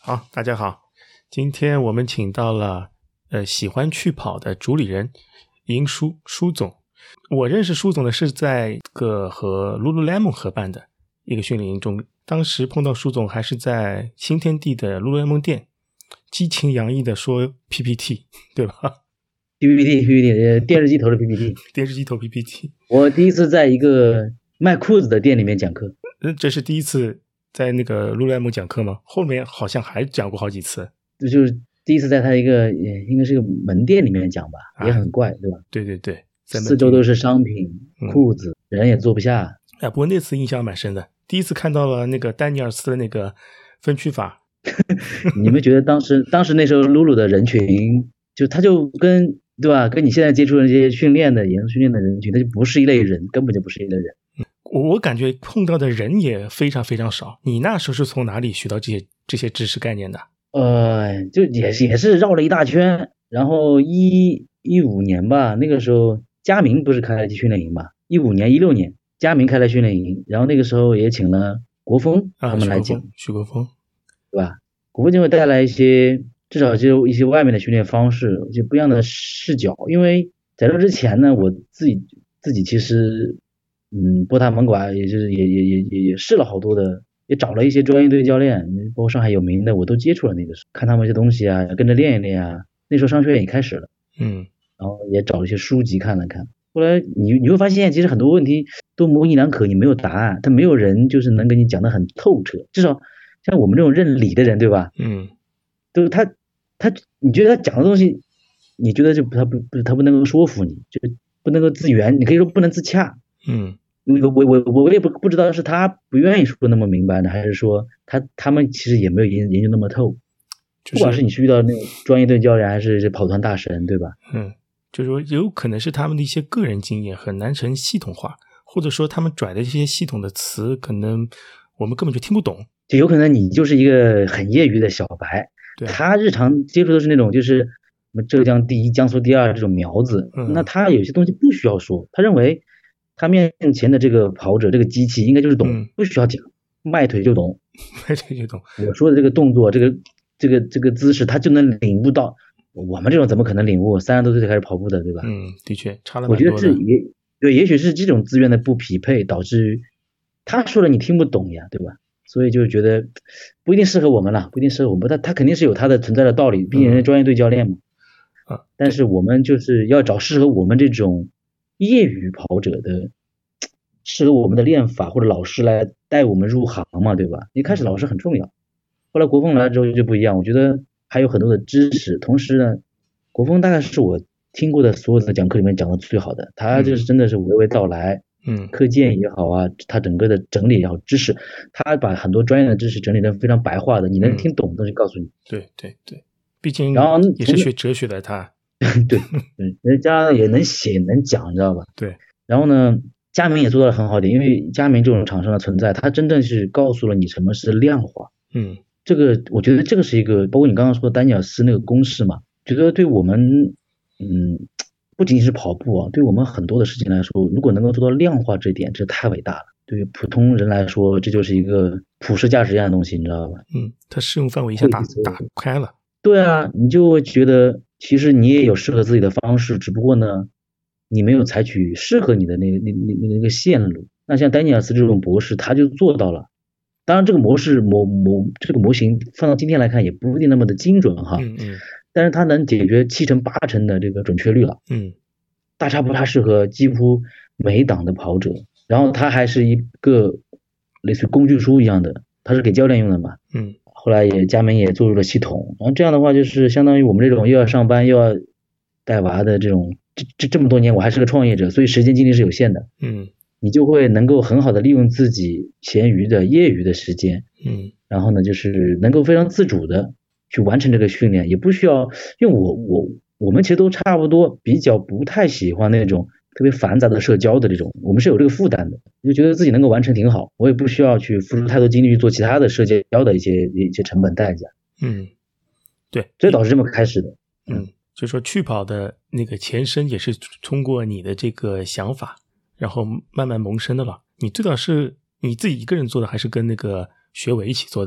好，大家好，今天我们请到了喜欢去跑的主理人殷舒总。我认识舒总的是在和 Lululemon 合办的一个训练营中，当时碰到舒总还是在新天地的 Lululemon 店，激情洋溢的说 PPT， 对吧？ PPT 电视机头的 PPT 电视机头 PPT。 我第一次在一个卖裤子的店里面讲课。 这是第一次在那个 Lululemon 讲课吗？后面好像还讲过好几次。 就是第一次在他一个应该是个门店里面讲吧，也很怪，对吧？ 对对对， 四周都是商品裤子，人也坐不下。 不过那次印象蛮深的，第一次看到了那个丹尼尔斯的那个分区法。 你们觉得当时那时候露露的人群，就他就跟对吧，跟你现在接触的这些训练的严肃训练的人群，他就不是一类人，根本就不是一类人。 我感觉碰到的人也非常非常少。你那时候是从哪里学到这些知识概念的？ 就也是绕了一大圈。然后15年吧，那个时候佳明不是开了训练营嘛，15年16年佳明开了训练营，然后那个时候也请了国风他们来讲， 许国峰， 对吧？国风就会带来一些，至少就一些外面的训练方式，就不一样的视角。因为在这之前呢，我自己其实拨他门管，也就是也试了好多的，也找了一些专业队教练，包括上海有名的我都接触了。那个时候看他们一些东西啊，跟着练一练啊。那时候商学院也开始了，然后也找了一些书籍看了看。后来你会发现，其实很多问题都模棱两可，你没有答案，他没有人就是能跟你讲得很透彻。至少像我们这种认理的人，对吧？就是他你觉得他讲的东西，你觉得就他不能够说服你，就不能够自圆，你可以说不能自洽。我也不知道是他不愿意说那么明白呢，还是说他们其实也没有研究那么透。不管是你是遇到那种专业队教练，还是跑团大神，对吧？ 就是说有可能是他们的一些个人经验很难成系统化，或者说他们拽的一些系统的词，可能我们根本就听不懂。 就有可能你就是一个很业余的小白，他日常接触的是那种就是浙江第一、江苏第二这种苗子，那他有些东西不需要说，他认为他面前的这个跑者这个机器应该就是懂，不需要讲，迈腿就懂， 迈腿就懂。我说的这个动作，这个姿势，他就能领悟到。我们这种怎么可能领悟？30多岁才开始跑步的，对吧？ 的确差了蛮多的。 我觉得也许是这种资源的不匹配，导致他说了你听不懂呀，对吧？所以就觉得不一定适合我们了，不一定适合我们。他肯定是有他的存在的道理，毕竟人家专业队教练嘛。但是我们就是要找适合我们这种业余跑者的，适合我们的练法或者老师来带我们入行嘛，对吧？一开始老师很重要，后来国风来了之后就不一样，我觉得还有很多的知识。同时呢，国风大概是我听过的所有的讲课里面讲的最好的，他就是真的是娓娓道来，课件也好啊，他整个的整理也好，知识，他把很多专业的知识整理的非常白话的，你能听懂的东西告诉你。 对，毕竟然后也是学哲学的他。 对，人家也能写能讲，你知道吧？ 对。 然后呢，佳明也做到了很好一点，因为佳明这种厂商的存在，他真正是告诉了你什么是量化。这个我觉得这个是一个，包括你刚刚说的丹尼尔斯那个公式嘛，觉得对我们不仅仅是跑步啊，对我们很多的事情来说，如果能够做到量化这一点，这太伟大了。对于普通人来说，这就是一个普世价值一样的东西，你知道吧？ 它适用范围一下打开了。 对啊，你就会觉得其实你也有适合自己的方式，只不过呢，你没有采取适合你的那个线路。那像丹尼尔斯这种博士，他就做到了。当然这个模式这个模型放到今天来看也不一定那么的精准哈，但是它能解决70%、80%的这个准确率了，大差不差适合几乎每一档的跑者。然后它还是一个类似于工具书一样的，它是给教练用的嘛，后来佳明也做入了系统，然后这样的话就是相当于我们这种又要上班又要带娃的这种，这么多年我还是个创业者，所以时间精力是有限的，你就会能够很好的利用自己闲余的业余的时间，然后呢就是能够非常自主的去完成这个训练，也不需要，因为我们其实都差不多，比较不太喜欢那种特别繁杂的社交的这种，我们是有这个负担的，就觉得自己能够完成挺好，我也不需要去付出太多精力去做其他的社交的一些成本代价。 对， 所以导致这么开始的。 就说去跑的那个前身也是通过你的这个想法然后慢慢萌生的了。你最早是你自己一个人做的，还是跟那个学委一起做的？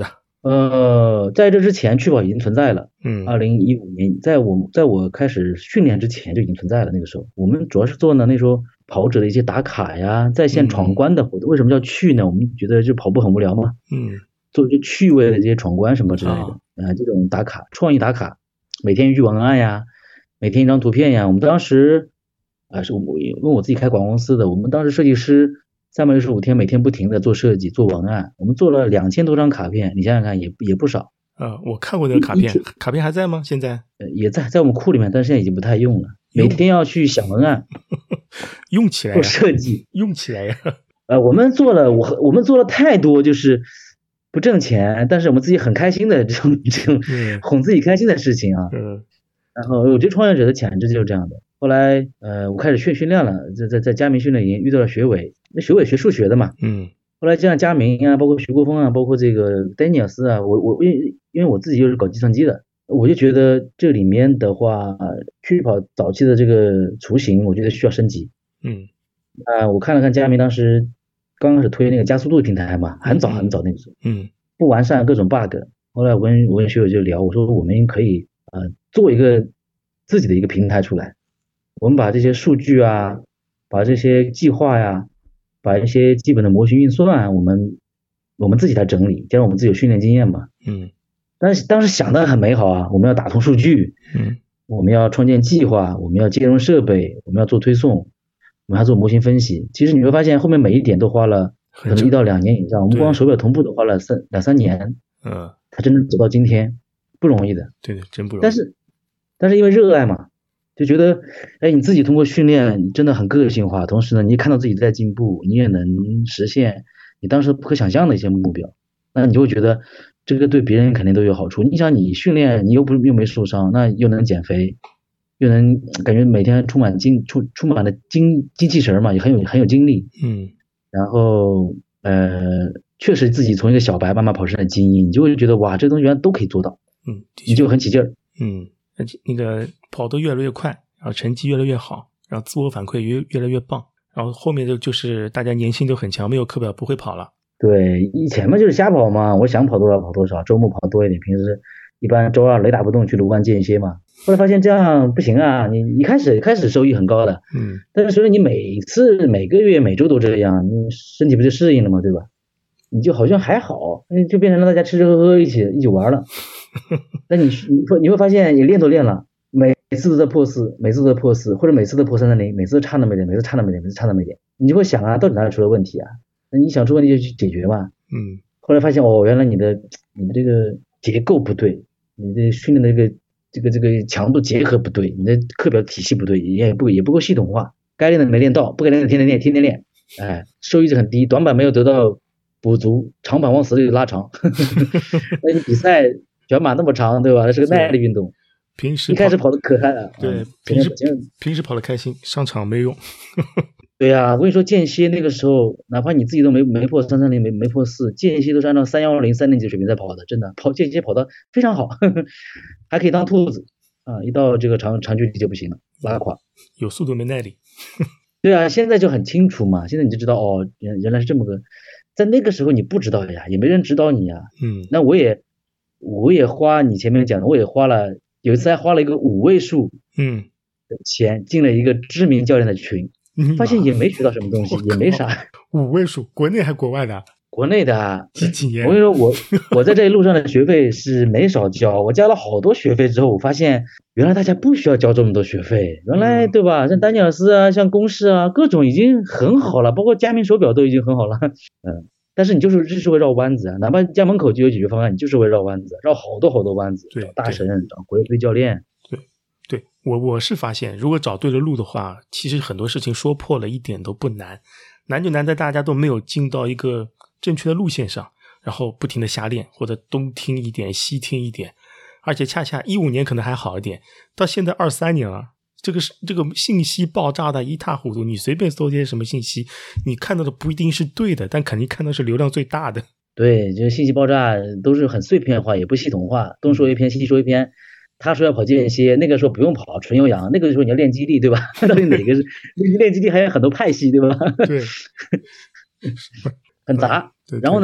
在这之前趣跑已经存在了。 嗯 2015年，在我开始训练之前就已经存在了。那个时候我们主要是做呢那时候跑者的一些打卡呀，在线闯关的活动。为什么叫趣呢？我们觉得就跑步很无聊嘛，做一些趣味的这些闯关什么之类的，这种打卡创意打卡，每天一句文案呀，每天一张图片呀。我们当时是因为我自己开广告公司的，我们当时设计师365天每天不停的做设计做文案，我们做了2000多张卡片，你想想看也不少。 我看过那个卡片，卡片还在吗？现在？ 也在我们库里面，但是现在已经不太用了。每天要去想文案， 用起来呀， 做设计， 用起来呀。 我们做了太多，就是不挣钱，但是我们自己很开心的这种哄自己开心的事情啊。然后我觉得创业者的潜质就是这样的。后来我开始训练了，在佳明训练营遇到了学伟，那学伟学数学的嘛。后来像佳明啊，包括徐国峰啊，包括这个丹尼尔斯啊，我因为我自己又是搞计算机的，我就觉得这里面的话，趣跑早期的这个雏形，我觉得需要升级。我看了看佳明当时刚开始推那个加速度平台嘛，很早那个时候，不完善各种 bug。后来我跟学友就聊，我说我们可以做一个自己的一个平台出来，我们把这些数据啊，把这些计划呀，把一些基本的模型运算，我们自己来整理，加上我们自己有训练经验嘛。但是当时想的很美好啊，我们要打通数据，我们要创建计划，我们要兼容设备，我们要做推送，我们还要做模型分析。其实你会发现后面每一点都花了可能1到2年以上，我们光手表同步都花了2-3年，才真正走到今天，不容易的。 对，真不容易。 但是因为热爱嘛，就觉得你自己通过训练真的很个性化，同时呢，你看到自己在进步，你也能实现你当时不可想象的一些目标，那你就会觉得这个对别人肯定都有好处。你想你训练，你又没受伤，那又能减肥，又能感觉每天充满了精气神嘛，也很有精力。然后确实自己从一个小白慢慢跑成了精英，你就会觉得哇，这东西原来都可以做到。你就很起劲儿。 那个跑得越来越快，然后成绩越来越好，然后自我反馈越来越棒，然后后面就是大家粘性都很强，没有课表不会跑了。 对，以前嘛就是瞎跑嘛，我想跑多少跑多少，周末跑多一点，平时一般周二雷打不动去卢湾间歇嘛。后来发现这样不行啊，你一开始收益很高的，但是随着你每个月每周都这样，你身体不就适应了嘛，对吧？你就好像还好，就变成了大家吃吃喝喝一起玩了。那你会发现你练都练了，每次都在破4，每次都在破4，或者每次都破330，每次都差那么一点，每次差那么一点，每次差那么一点，你就会想啊，到底哪里出了问题啊？那你想出问题就去解决嘛。后来发现原来你的这个结构不对，你的训练的这个强度结合不对，你的课表体系不对，也不够系统化，该练的没练到，不该练的天天练，收益值很低，短板没有得到补足，长板往死里拉长。那你比赛全马那么长，对吧？那是个耐力运动。 平时一开始跑得可嗨了， 对，平时跑得开心，上场没用。 对呀，我跟你说，间歇那个时候，哪怕你自己都没破330，没破4，间歇都是按照310、3年级的水平在跑的，真的间歇跑得非常好，还可以当兔子啊！一到这个长距离就不行了，拉垮。 有速度没耐力。 对啊，现在就很清楚嘛，现在你就知道原来是这么个，在那个时候你不知道呀，也没人指导你呀。那我也花你前面讲的，我也花了，有一次还花了一个5位数的钱进了一个知名教练的群。发现也没学到什么东西，也没啥。 5位数，国内还国外的？ 国内的。 几年？ 我跟你说，我在这一路上的学费是没少交，我交了好多学费之后，我发现原来大家不需要交这么多学费，原来对吧？像丹尼尔斯啊，像公式啊，各种已经很好了，包括佳明手表都已经很好了。但是你就是会绕弯子啊，哪怕家门口就有解决方案，你就是会绕弯子，绕好多弯子，找大神，找国内推教练。 对，我是发现，如果找对了路的话，其实很多事情说破了一点都不难，难就难在大家都没有进到一个正确的路线上，然后不停的瞎练，或者东听一点西听一点，而且恰恰15年可能还好一点，到现在23年了，这个信息爆炸的一塌糊涂，你随便搜些什么信息，你看到的不一定是对的，但肯定看到是流量最大的。 对，就是信息爆炸都是很碎片化，也不系统化，东说一篇西说一篇。他说要跑间歇，那个时候不用跑纯有氧，那个时候你要练肌力，对吧？到底哪个是练肌力还有很多派系，对吧？ 对， 很杂。然后呢，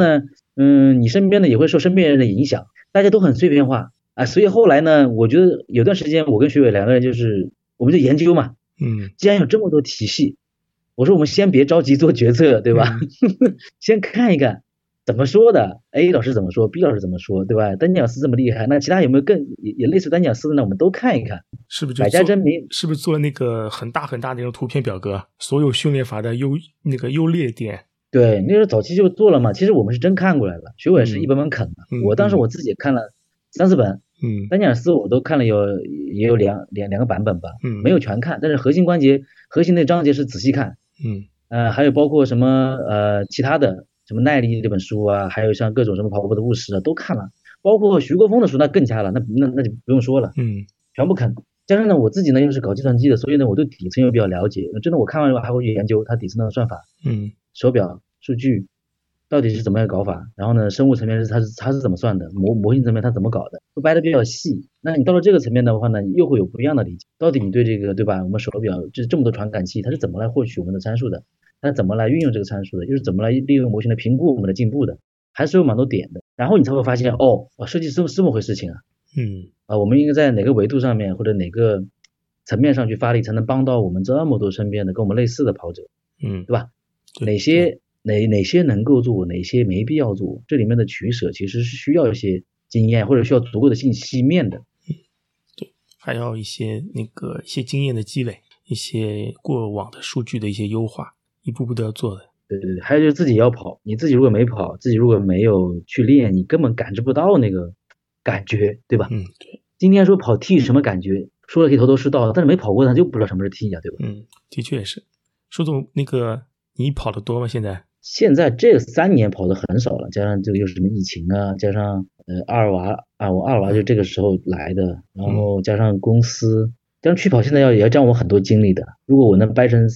你身边的也会受身边人的影响，大家都很碎片化啊，所以后来呢，我觉得有段时间我跟徐伟两个人就是我们就研究嘛，既然有这么多体系，我说我们先别着急做决策，对吧？先看一看怎么说的 ，A 老师怎么说 ，B 老师怎么说，对吧？丹尼尔斯这么厉害，那其他有没有更也类似丹尼尔斯的呢？我们都看一看， 是不是就百家争鸣？ 是不是做了那个很大很大的那种图片表格，所有训练法的优劣点？ 对，那时候早期就做了嘛。其实我们是真看过来了，学伟是一本本啃的。我当时我自己也看了3-4本，丹尼尔斯我都看了也有两个版本吧，没有全看，但是核心的章节是仔细看。还有包括什么其他的什么耐力这本书啊，还有像各种什么跑步的务实啊都看了，包括徐国峰的书那更加了，那就不用说了，全部啃。加上呢我自己呢又是搞计算机的，所以呢我对底层又比较了解，真的我看完以后还会去研究它底层的算法，手表数据到底是怎么样搞法，然后呢生物层面它是怎么算的，模型层面它怎么搞的，会掰得比较细。那你到了这个层面的话呢，又会有不一样的理解，到底你对这个对吧，我们手表这么多传感器它是怎么来获取我们的参数的，它怎么来运用这个参数的，又是怎么来利用模型来评估我们的进步的，还是有蛮多点的。然后你才会发现设计是这么回事情啊。我们应该在哪个维度上面或者哪个层面上去发力，才能帮到我们这么多身边的跟我们类似的跑者，对吧？哪些能够做，哪些没必要做，这里面的取舍其实是需要一些经验或者需要足够的信息面的。 对，还要一些经验的积累，一些过往的数据的一些优化，一步步都要做的。 对，还有就是自己要跑，你自己如果没跑，自己如果没有去练，你根本感知不到那个感觉，对吧？ 对。 今天说跑 T 什么感觉，说了可以头头是道，但是没跑过他就不知道什么是 T 啊，对吧？ 的确是。舒总，你跑得多吗？ 现在这3年跑的很少了，加上这个又是什么疫情啊，加上我二娃就这个时候来的，然后加上公司，加上去跑现在也要占我很多精力的。如果我能掰成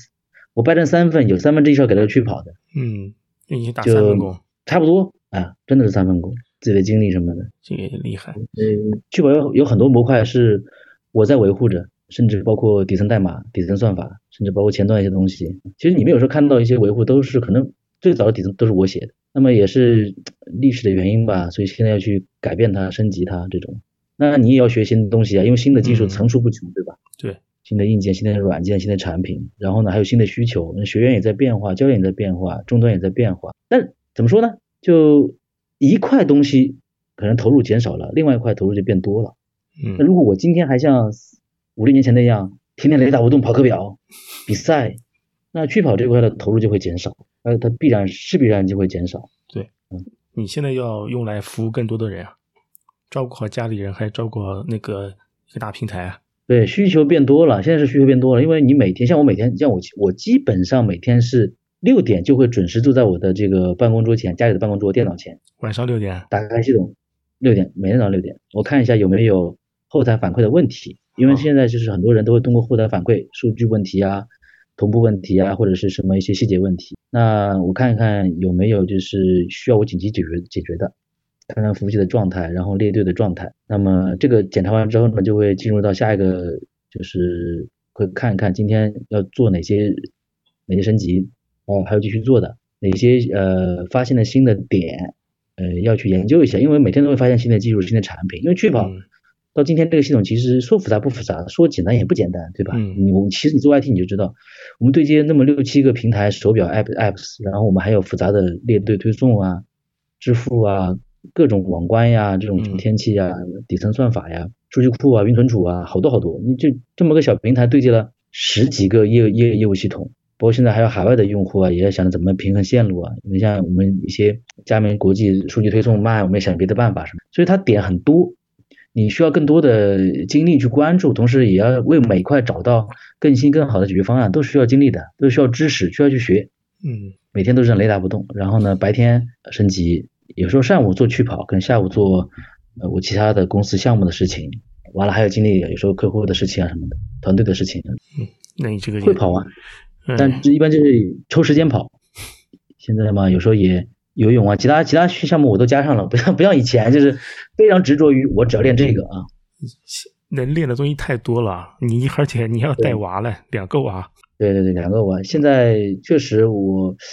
3份，有1/3是要给他去跑的。 你打3份工， 差不多啊，真的是3份工，自己的精力什么的， 这个也厉害。 去跑有很多模块是我在维护着。甚至包括底层代码、底层算法，甚至包括前端一些东西。其实你们有时候看到一些维护都是可能最早的底层都是我写的，那么也是历史的原因吧，所以现在要去改变它、升级它这种。那你也要学新的东西啊，因为新的技术层出不穷，对吧？ 对， 新的硬件、新的软件、新的产品，然后呢还有新的需求，那学员也在变化，教练也在变化，终端也在变化。但怎么说呢？就一块东西可能投入减少了，另外一块投入就变多了。那如果我今天还像5-6年前那样天天雷打不动跑课表比赛，那去跑这块的投入就会减少，它必然就会减少。 对，你现在要用来服务更多的人啊，照顾好家里人，还照顾好一个大平台啊。 对，需求变多了，现在是需求变多了，因为你每天像我基本上每天是6点就会准时坐在我的这个办公桌前，家里的办公桌电脑前。 晚上6点打开系统，6点，每天早上6点，我看一下有没有后台反馈的问题。因为现在就是很多人都会通过后台反馈数据问题啊、同步问题啊，或者是什么一些细节问题，那我看一看有没有就是需要我紧急解决的，看看服务器的状态，然后列队的状态。那么这个检查完之后呢，就会进入到下一个，就是会看一看今天要做哪些升级，还有继续做的哪些发现的新的点，要去研究一下，因为每天都会发现新的技术、新的产品，因为去跑。到今天这个系统其实说复杂不复杂，说简单也不简单，对吧？其实你做 IT 你就知道，我们对接那么6-7个平台手表 apps， 然后我们还有复杂的列队推送啊、支付啊、各种网关呀、这种天气啊、底层算法呀、数据库啊、云存储啊，好多，你就这么个小平台对接了10几个业务系统，包括现在还有海外的用户啊，也要想着怎么平衡线路啊。你像我们一些加盟国际数据推送慢，我们也想别的办法什么，所以它点很多。你需要更多的精力去关注，同时也要为每块找到更新更好的解决方案，都需要精力的，都需要知识，需要去学。每天都是雷打不动，然后呢白天升级，有时候上午做去跑，可能下午做我其他的公司项目的事情，完了还有精力有时候客户的事情啊什么的，团队的事情。 那你这个会跑啊，但一般就是抽时间跑。现在嘛，有时候也游泳啊，其他项目我都加上了，不像以前就是非常执着于我只要练这个啊。 能练的东西太多了，而且你要带娃了，2个娃。 对，2个娃。现在确实我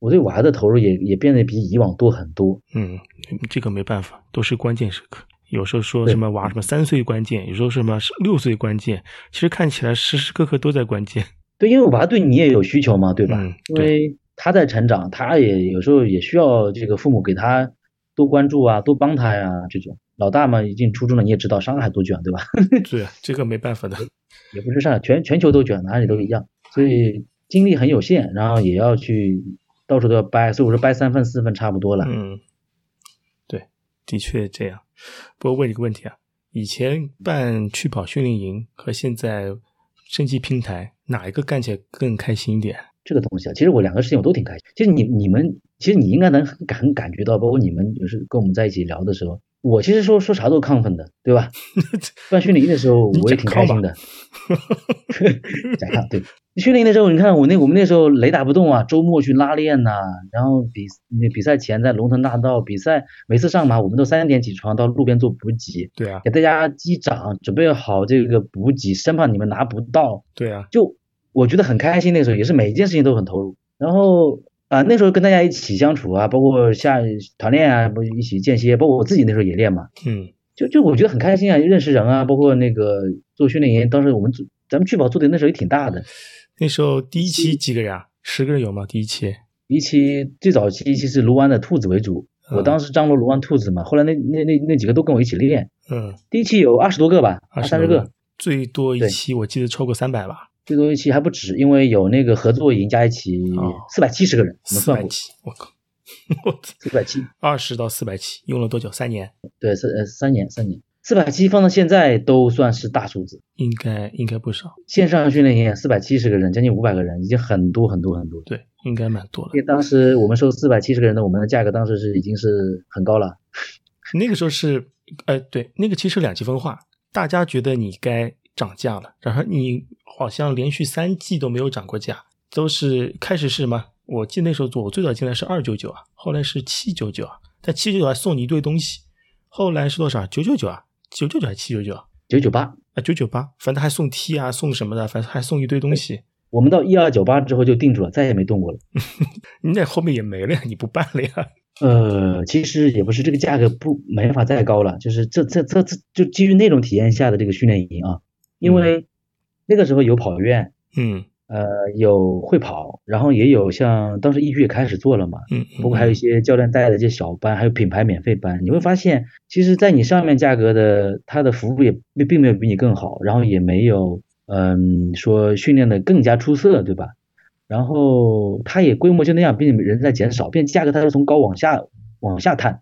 我对娃的投入也变得比以往多很多。 这个没办法，都是关键时刻。有时候说什么娃什么3岁关键，有时候什么6岁关键，其实看起来时时刻刻都在关键。 对，因为娃对你也有需求嘛，对吧？因为他在成长，他也有时候也需要这个父母给他多关注啊，多帮他呀，这种。老大嘛，已经初中了，你也知道上海多卷，对吧？ 对，这个没办法的， 也不是上海，全球都卷，哪里都一样，所以精力很有限，然后也要去到处都要掰，所以我说掰3份4份差不多了。 对，的确这样。不过问你个问题啊，以前办趣跑训练营和现在升级平台，哪一个干起来更开心一点？ 这个东西啊，其实我2个事情我都挺开心。其实你们，其实你应该能很感觉到，包括你们有时跟我们在一起聊的时候，我其实说啥都亢奋的，对吧？办训练营的时候我也挺开心的。甲亢，对。训练营的时候，你看我们那时候雷打不动啊，周末去拉练呐，然后比赛前在龙腾大道比赛，每次上马我们都3点起床到路边做补给， 对啊， 给大家击掌，准备好这个补给，生怕你们拿不到。 对啊， 就我觉得很开心，那时候也是每一件事情都很投入。然后那时候跟大家一起相处啊，包括下团练啊，一起间歇，包括我自己那时候也练嘛，就我觉得很开心啊，认识人啊，包括那个做训练营，当时咱们聚宝做的那时候也挺大的。 那时候第一期几个人啊？10个人有吗？第一期最早期是卢湾的兔子为主，我当时张罗卢湾兔子嘛，后来那几个都跟我一起练。第一期有20多个吧，20-30个， 最多一期我记得超过300吧。 最多一期还不止，因为有那个合作营加一起470个人，我们算过。 我靠 ，470 20到470，用了多久？3年？ 对，3年。470放到现在都算是大数字， 应该不少。 线上训练营470个人，将近500个人，已经很多。 对，应该蛮多了。 因为当时我们收470个人的，我们的价格当时已经是很高了。 那个时候是，对，那个其实2极分化，大家觉得你该涨价了，然后你好像连续3季都没有涨过价，都是开始是什么？我记得那时候我最早进来是299啊，后来是799啊，但799还送你一堆东西，后来是多少？999啊，999还是799啊 ？998 啊，998，反正还送 T 啊，送什么的，反正还送一堆东西。 我们到1298之后就定住了，再也没动过了。 你那后面也没了呀，你不办了呀？ 其实也不是，这个价格没法再高了，就是这就基于那种体验下的这个训练营啊，因为那个时候有跑院，有会跑，然后也有像当时易居也开始做了嘛，包括还有一些教练带的这些小班，还有品牌免费班，你会发现，其实在你上面价格的，它的服务也并没有比你更好，然后也没有说训练的更加出色，对吧？然后它也规模就那样，并且人在减少，并且价格它是从高往下探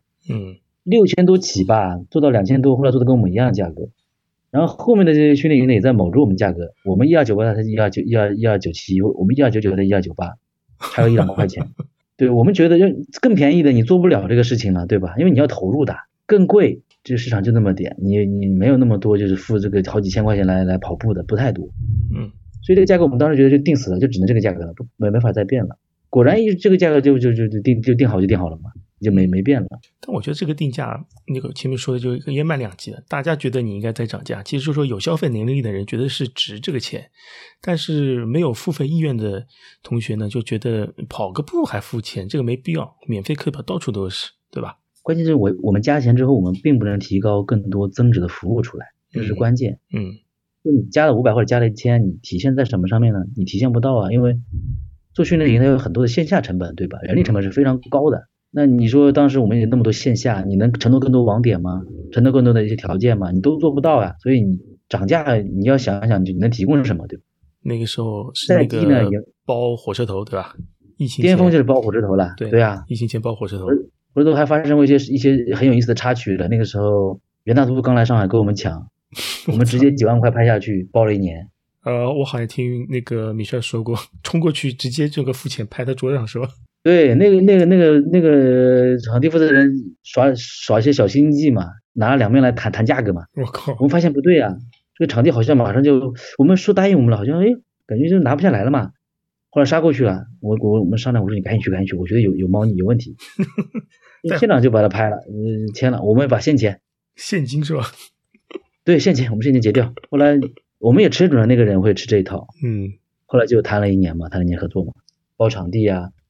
，6000多起吧，做到2000多，后来做的跟我们一样的价格。然后后面的这些训练营呢也在卯着我们价格，我们1298它是1297，我们1299它1298，还有1-2块钱。对，我们觉得更便宜的你做不了这个事情了，对吧？因为你要投入的，更贵，这个市场就那么点，你没有那么多就是付这个好几千块钱来跑步的，不太多。所以这个价格我们当时觉得就定死了，就只能这个价格了，没法再变了。果然这个价格就定好了嘛，就没变了。 但我觉得这个定价，那个前面说的就一慢两级的，大家觉得你应该再涨价，其实就是说有消费能力的人觉得是值这个钱，但是没有付费意愿的同学呢，就觉得跑个步还付钱，这个没必要，免费课表到处都是，对吧？ 关键是我们加钱之后，我们并不能提高更多增值的服务出来，这是关键。就你加了500或者加了1000，你体现在什么上面呢？你体现不到啊，因为做训练营它有很多的线下成本，对吧？人力成本是非常高的。那你说当时我们有那么多线下，你能承诺更多网点吗？承诺更多的一些条件吗？你都做不到啊。所以你涨价，你要想想你能提供什么，对吧？ 那个时候是那个包火车头，对吧？疫情前巅峰就是包火车头了，对啊， 疫情前包火车头。 火车头还发生过一些很有意思的插曲的。那个时候袁大都刚来上海跟我们抢，我们直接几万块拍下去，包了1年。 我好像听那个米帅说过，冲过去直接这个付钱拍在桌上是吧？ 对，那个场地负责人耍一些小心机嘛，拿了2面来谈价格嘛。 我靠！ 我们发现不对啊，这个场地好像马上就我们说答应我们了，好像感觉就拿不下来了嘛。后来杀过去了，我们商量，我说你赶紧去，我觉得有猫腻有问题。现场就把它拍了，签了，我们把现金是吧？ 对，现钱，我们现金结掉。后来我们也吃准了那个人会吃这一套，后来就谈了1年嘛，谈了1年合作嘛，包场地啊，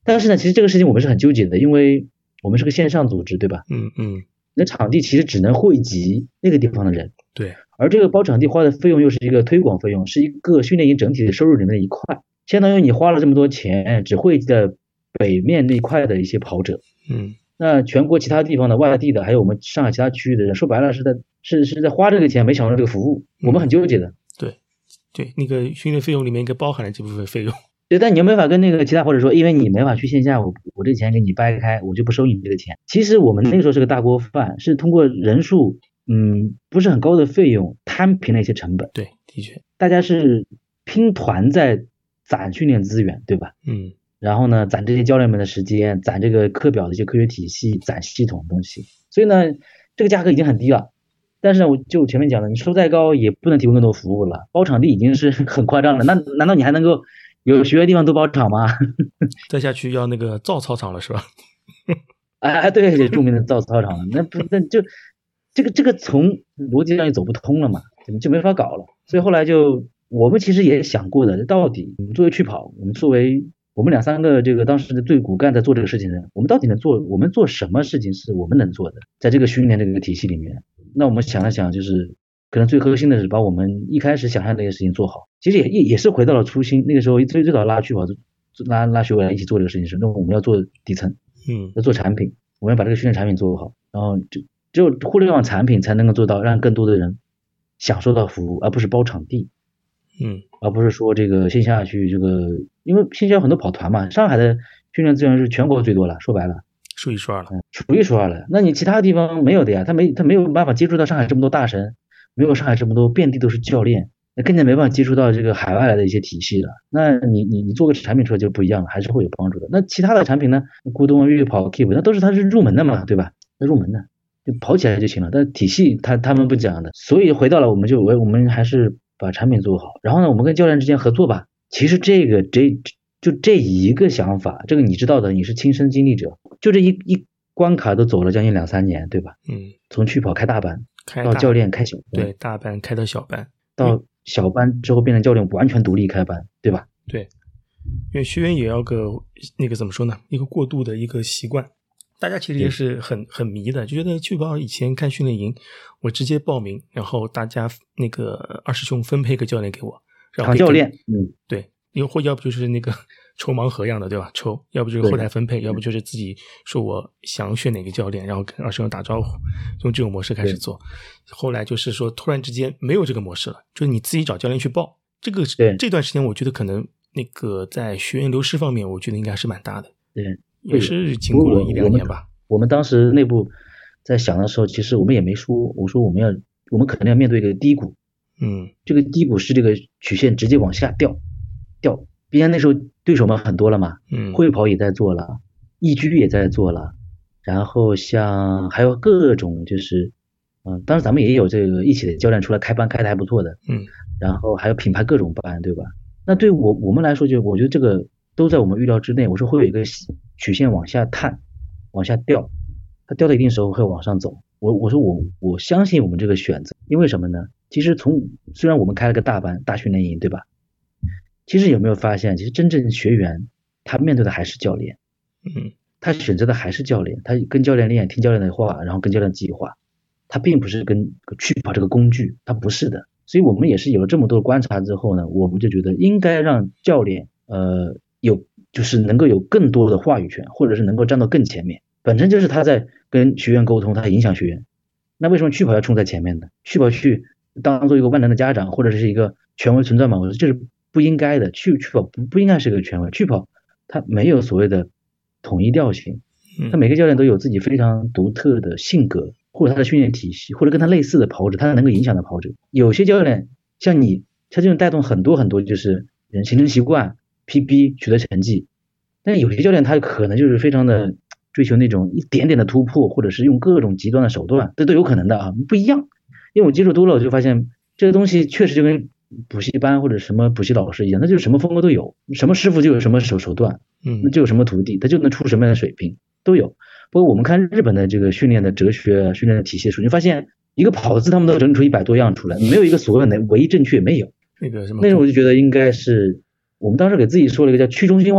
但是呢，其实这个事情我们是很纠结的，因为我们是个线上组织，对吧？那场地其实只能汇集那个地方的人， 对， 而这个包场地花的费用又是一个推广费用，是一个训练营整体的收入里面的一块，相当于你花了这么多钱，只汇集了北面那一块的一些跑者，那全国其他地方的外地的，还有我们上海其他区域的人，说白了是在花这个钱，没享受这个服务，我们很纠结的。 对，那个训练费用里面应该包含了这部分费用。 对，但你又没法跟那个其他或者说，因为你没法去线下，我这钱给你掰开，我就不收你这个钱。其实我们那个时候是个大锅饭，是通过人数不是很高的费用摊平了一些成本。 对，的确， 大家是拼团在攒训练资源，对吧？然后呢，攒这些教练们的时间，攒这个课表的一些科学体系，攒系统的东西。所以呢，这个价格已经很低了。但是呢，我就前面讲的，你收再高也不能提供更多服务了。包场地已经是很夸张了，那难道你还能够有学员地方都包场吗？ 再下去要那个造操场了是吧？ 对，著名的造操场了，那就这个从逻辑上就走不通了嘛，就没法搞了。所以后来就我们其实也想过的，到底我们作为去跑，我们作为我们2-3个这个当时的最骨干在做这个事情的，我们到底我们做什么事情是我们能做的，在这个训练这个体系里面。那我们想了想，就是可能最核心的是把我们一开始想象的那些事情做好。其实也是回到了初心，那个时候最早拉去跑，拉学委来一起做这个事情时，那我们要做底层，要做产品，我们要把这个训练产品做好，然后只有互联网产品才能够做到让更多的人享受到服务，而不是包场地，而不是说这个线下去这个，因为线下有很多跑团嘛，上海的训练资源是全国最多了，说白了数一数二了， 数一数二了。那你其他地方没有的呀，他没有办法接触到上海这么多大神，没有上海这么多遍地都是教练，那更加没办法接触到这个海外来的一些体系了。那你做个产品出来就不一样了，还是会有帮助的。那其他的产品呢，咕咚、越野跑、Keep， 那它是入门的嘛，对吧？那入门的就跑起来就行了。但体系他们不讲的，所以回到了我们还是把产品做好。然后呢，我们跟教练之间合作吧。其实这一个想法，这个你知道的，你是亲身经历者，就这一关卡都走了将近2-3年，对吧？从去跑开大班到教练开小班， 对，大班开到小班， 到小班之后变成教练完全独立开班，对吧？ 对，因为学员也要那个怎么说呢？一个过渡的一个习惯。大家其实也是很迷的，就觉得去跑以前看训练营，我直接报名，然后大家那个二师兄分配个教练给我，然后教练， 对，要不就是那个抽盲盒一样的，对吧？抽，要不就是后台分配，要不就是自己说我想选哪个教练，然后跟二师兄打招呼，用这种模式开始做。后来就是说突然之间没有这个模式了，就是你自己找教练去报。这段时间我觉得可能那个在学员流失方面，我觉得应该是蛮大的。 对。 也是经过了1-2年吧。 我们当时内部在想的时候，其实我们也没说，我说我们可能要面对一个低谷，这个低谷是这个曲线直接往下掉，毕竟那时候对手们很多了嘛，会跑也在做了，易居也在做了，然后像还有各种就是当时咱们也有这个一起的教练出来开班开的还不错的，然后还有品牌各种班，对吧？那对我们来说，我觉得这个都在我们预料之内。我说会有一个曲线往下探，往下掉，它掉到一定时候会往上走。我说我相信我们这个选择，因为什么呢？其实虽然我们开了个大班大训练营，对吧？其实有没有发现，其实真正学员他面对的还是教练，他选择的还是教练，他跟教练练，听教练的话，然后跟教练计划，他并不是跟去跑这个工具，他不是的。所以我们也是有了这么多的观察之后呢，我们就觉得应该让教练就是能够有更多的话语权，或者是能够站到更前面。本身就是他在跟学员沟通，他影响学员。那为什么去跑要冲在前面呢？去跑去当做一个万能的家长，或者是一个权威存在吗？我说这是不应该的。去跑不应该是个权威，去跑他没有所谓的统一调性，他每个教练都有自己非常独特的性格，或者他的训练体系，或者跟他类似的跑者，他能够影响的跑者。有些教练像你，他就能带动很多就是人形成习惯 PB 取得成绩，但有些教练他可能就是非常的追求那种一点点的突破，或者是用各种极端的手段，这都有可能的啊，不一样。因为我接触多了，我就发现这个东西确实就跟补习班或者什么补习老师一样，那就是什么风格都有，什么师傅就有什么手段，那就有什么徒弟，他就能出什么样的水平都有。不过我们看日本的这个训练的哲学、训练的体系书，你发现一个跑字他们都整出100多样出来，没有一个所谓的唯一正确，没有。那种我就觉得应该是我们当时给自己说了一个叫去中心化，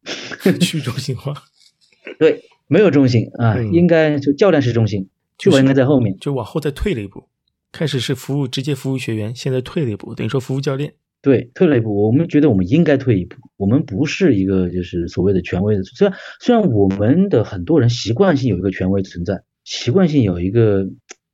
去中心化。 对，没有中心啊，应该就教练是中心，去跑应该在后面， 就往后再退了一步。开始是直接服务学员，现在退了一步，等于说服务教练。 对，退了一步，我们觉得我们应该退一步，我们不是一个就是所谓的权威的，虽然我们的很多人习惯性有一个权威存在，习惯性有一个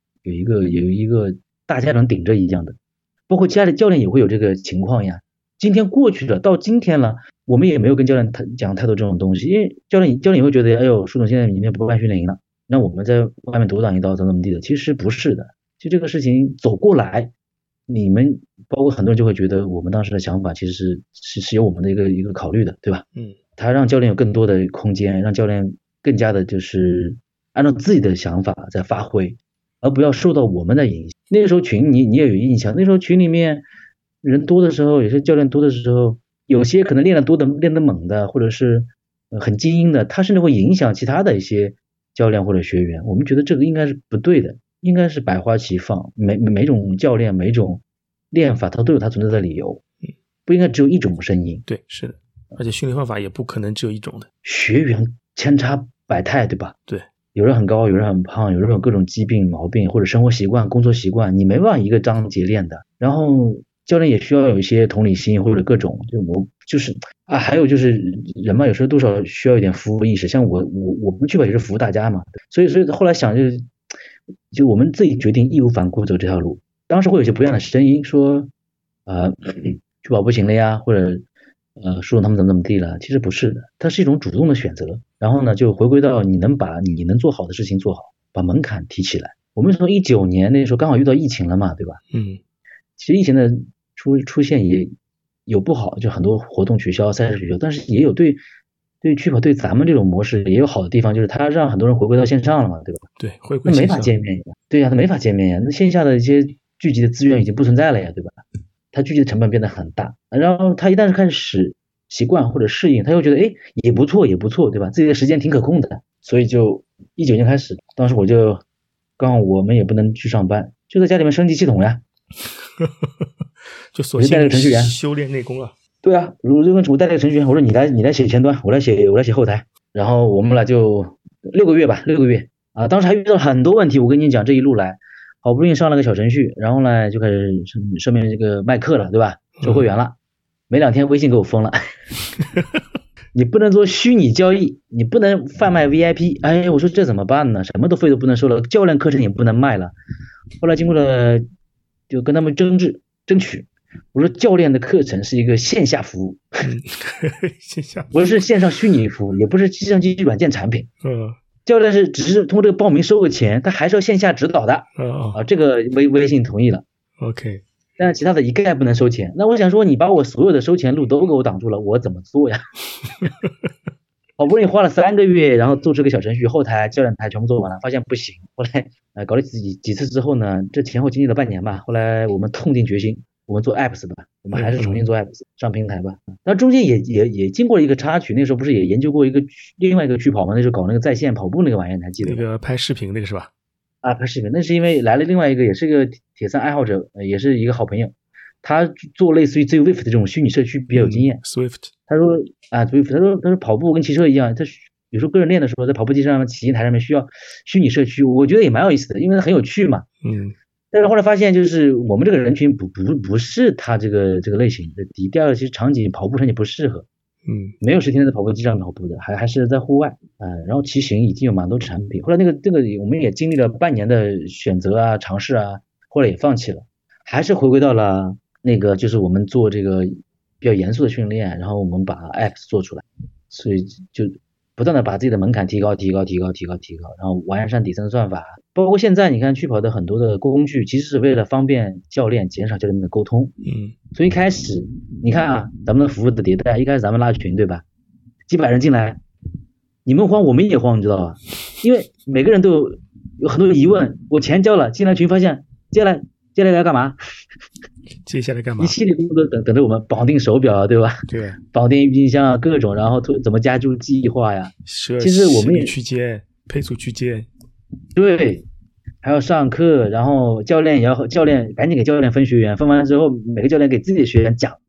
大家长顶着一样的，包括家里教练也会有这个情况呀。今天过去了，到今天了，我们也没有跟教练讲太多这种东西，因为教练也会觉得，哎呦，舒总现在明天不办训练营了，那我们在外面独挡一刀怎么地的，其实不是的，就这个事情走过来，你们包括很多人就会觉得我们当时的想法其实是有我们的一个考虑的，对吧？他让教练有更多的空间，让教练更加的就是按照自己的想法在发挥，而不要受到我们的影响。那个时候群你也有印象，那时候群里面人多的时候，有些教练多的时候，有些可能练得猛的，或者是很精英的，他甚至会影响其他的一些教练或者学员。我们觉得这个应该是不对的，应该是百花齐放，每种教练每种练法它都有它存在的理由，不应该只有一种声音。 对，是的，而且训练方法也不可能只有一种的， 学员千差百态，对吧？ 对， 有人很高，有人很胖，有人有各种疾病毛病或者生活习惯工作习惯，你没办法一个章节练的。然后教练也需要有一些同理心或者各种就是还有就是人嘛，有时候多少需要一点服务意识，像我们去吧也是服务大家嘛，所以后来想就我们自己决定义无反顾走这条路。当时会有些不一样的声音说去跑不行了呀，或者舒总他们怎么地了，其实不是的，它是一种主动的选择。然后呢就回归到你能把你能做好的事情做好，把门槛提起来。我们从19年那时候刚好遇到疫情了嘛，对吧？其实疫情的出现也有不好，就很多活动取消，赛事取消，但是也有对去跑对咱们这种模式也有好的地方，就是它让很多人回归到线上了嘛，对吧？ 对，回归线上。 那没法见面呀，对呀，他没法见面呀，那线下的一些聚集的资源已经不存在了呀，对吧？他聚集的成本变得很大，然后他一旦是开始习惯或者适应，他又觉得也不错，对吧？自己的时间挺可控的，所以就19年开始，当时我就刚好我们也不能去上班，就在家里面升级系统呀。 就索性带了个程序员修炼内功啊。 对啊，我带了个程序员，我说你来写前端，我来写后台，然后我们俩就6个月啊，当时还遇到很多问题。我跟你讲，这一路来好不容易上了个小程序，然后呢就开始上面这个卖课了，对吧？收会员了，没2天微信给我封了。你不能做虚拟交易，你不能贩卖 VIP， 哎，我说这怎么办呢？什么费都不能收了，教练课程也不能卖了。后来经过了就跟他们争取，我说教练的课程是一个线下服务， 线下不是线上虚拟服务，也不是计算机软件产品。教练只是通过这个报名收个钱，他还是要线下指导的。这个微信同意了。 OK。 但是其他的一概不能收钱。那我想说，你把我所有的收钱路都给我挡住了，我怎么做呀？好不容易花了3个月，然后做这个小程序，后台教练台全部做完了，发现不行。后来搞了几次之后呢，这前后经历了半年吧。后来我们痛定决心，我们做 apps 吧，我们还是重新做 apps 上平台吧。那中间也经过一个插曲，那时候不是也研究过另外一个去跑吗？那时候搞那个在线跑步那个玩意儿，你还记得吗？ 那个拍视频那个是吧？ 拍视频，那是因为来了另外一个也是个铁三爱好者，也是一个好朋友，他做类似于 Zwift 的这种虚拟社区比较有经验。 Swift， 他说Zwift，他说跑步跟骑车一样，他有时候个人练的时候在跑步机上骑行台上面需要虚拟社区，我觉得也蛮有意思的，因为它很有趣嘛。但是后来发现就是我们这个人群不是他这个类型的。第二个其实跑步场景不适合。没有10天在跑步机上跑步的，还是在户外然后骑行已经有蛮多产品。后来这个我们也经历了半年的选择啊尝试啊，后来也放弃了，还是回归到了那个就是我们做这个比较严肃的训练，然后我们把 apps 做出来，所以就不断的把自己的门槛提高，然后完善底层算法。包括现在你看去跑的很多的工具，其实是为了方便教练，减少教练的沟通。所以一开始你看啊，咱们的服务的迭代，一开始咱们拉群对吧，几百人进来，你们慌我们也慌，你知道吧？因为每个人都有很多疑问，我钱交了，进来群发现接下来要干嘛？ 接下来干嘛？ 一系列工作等着我们，绑定手表对吧？ 对， 绑定冰箱啊，各种，然后怎么加注计划呀？其实我们也区间配速区间， 对，还要上课，然后教练赶紧给教练分学员，分完之后每个教练给自己的学员讲，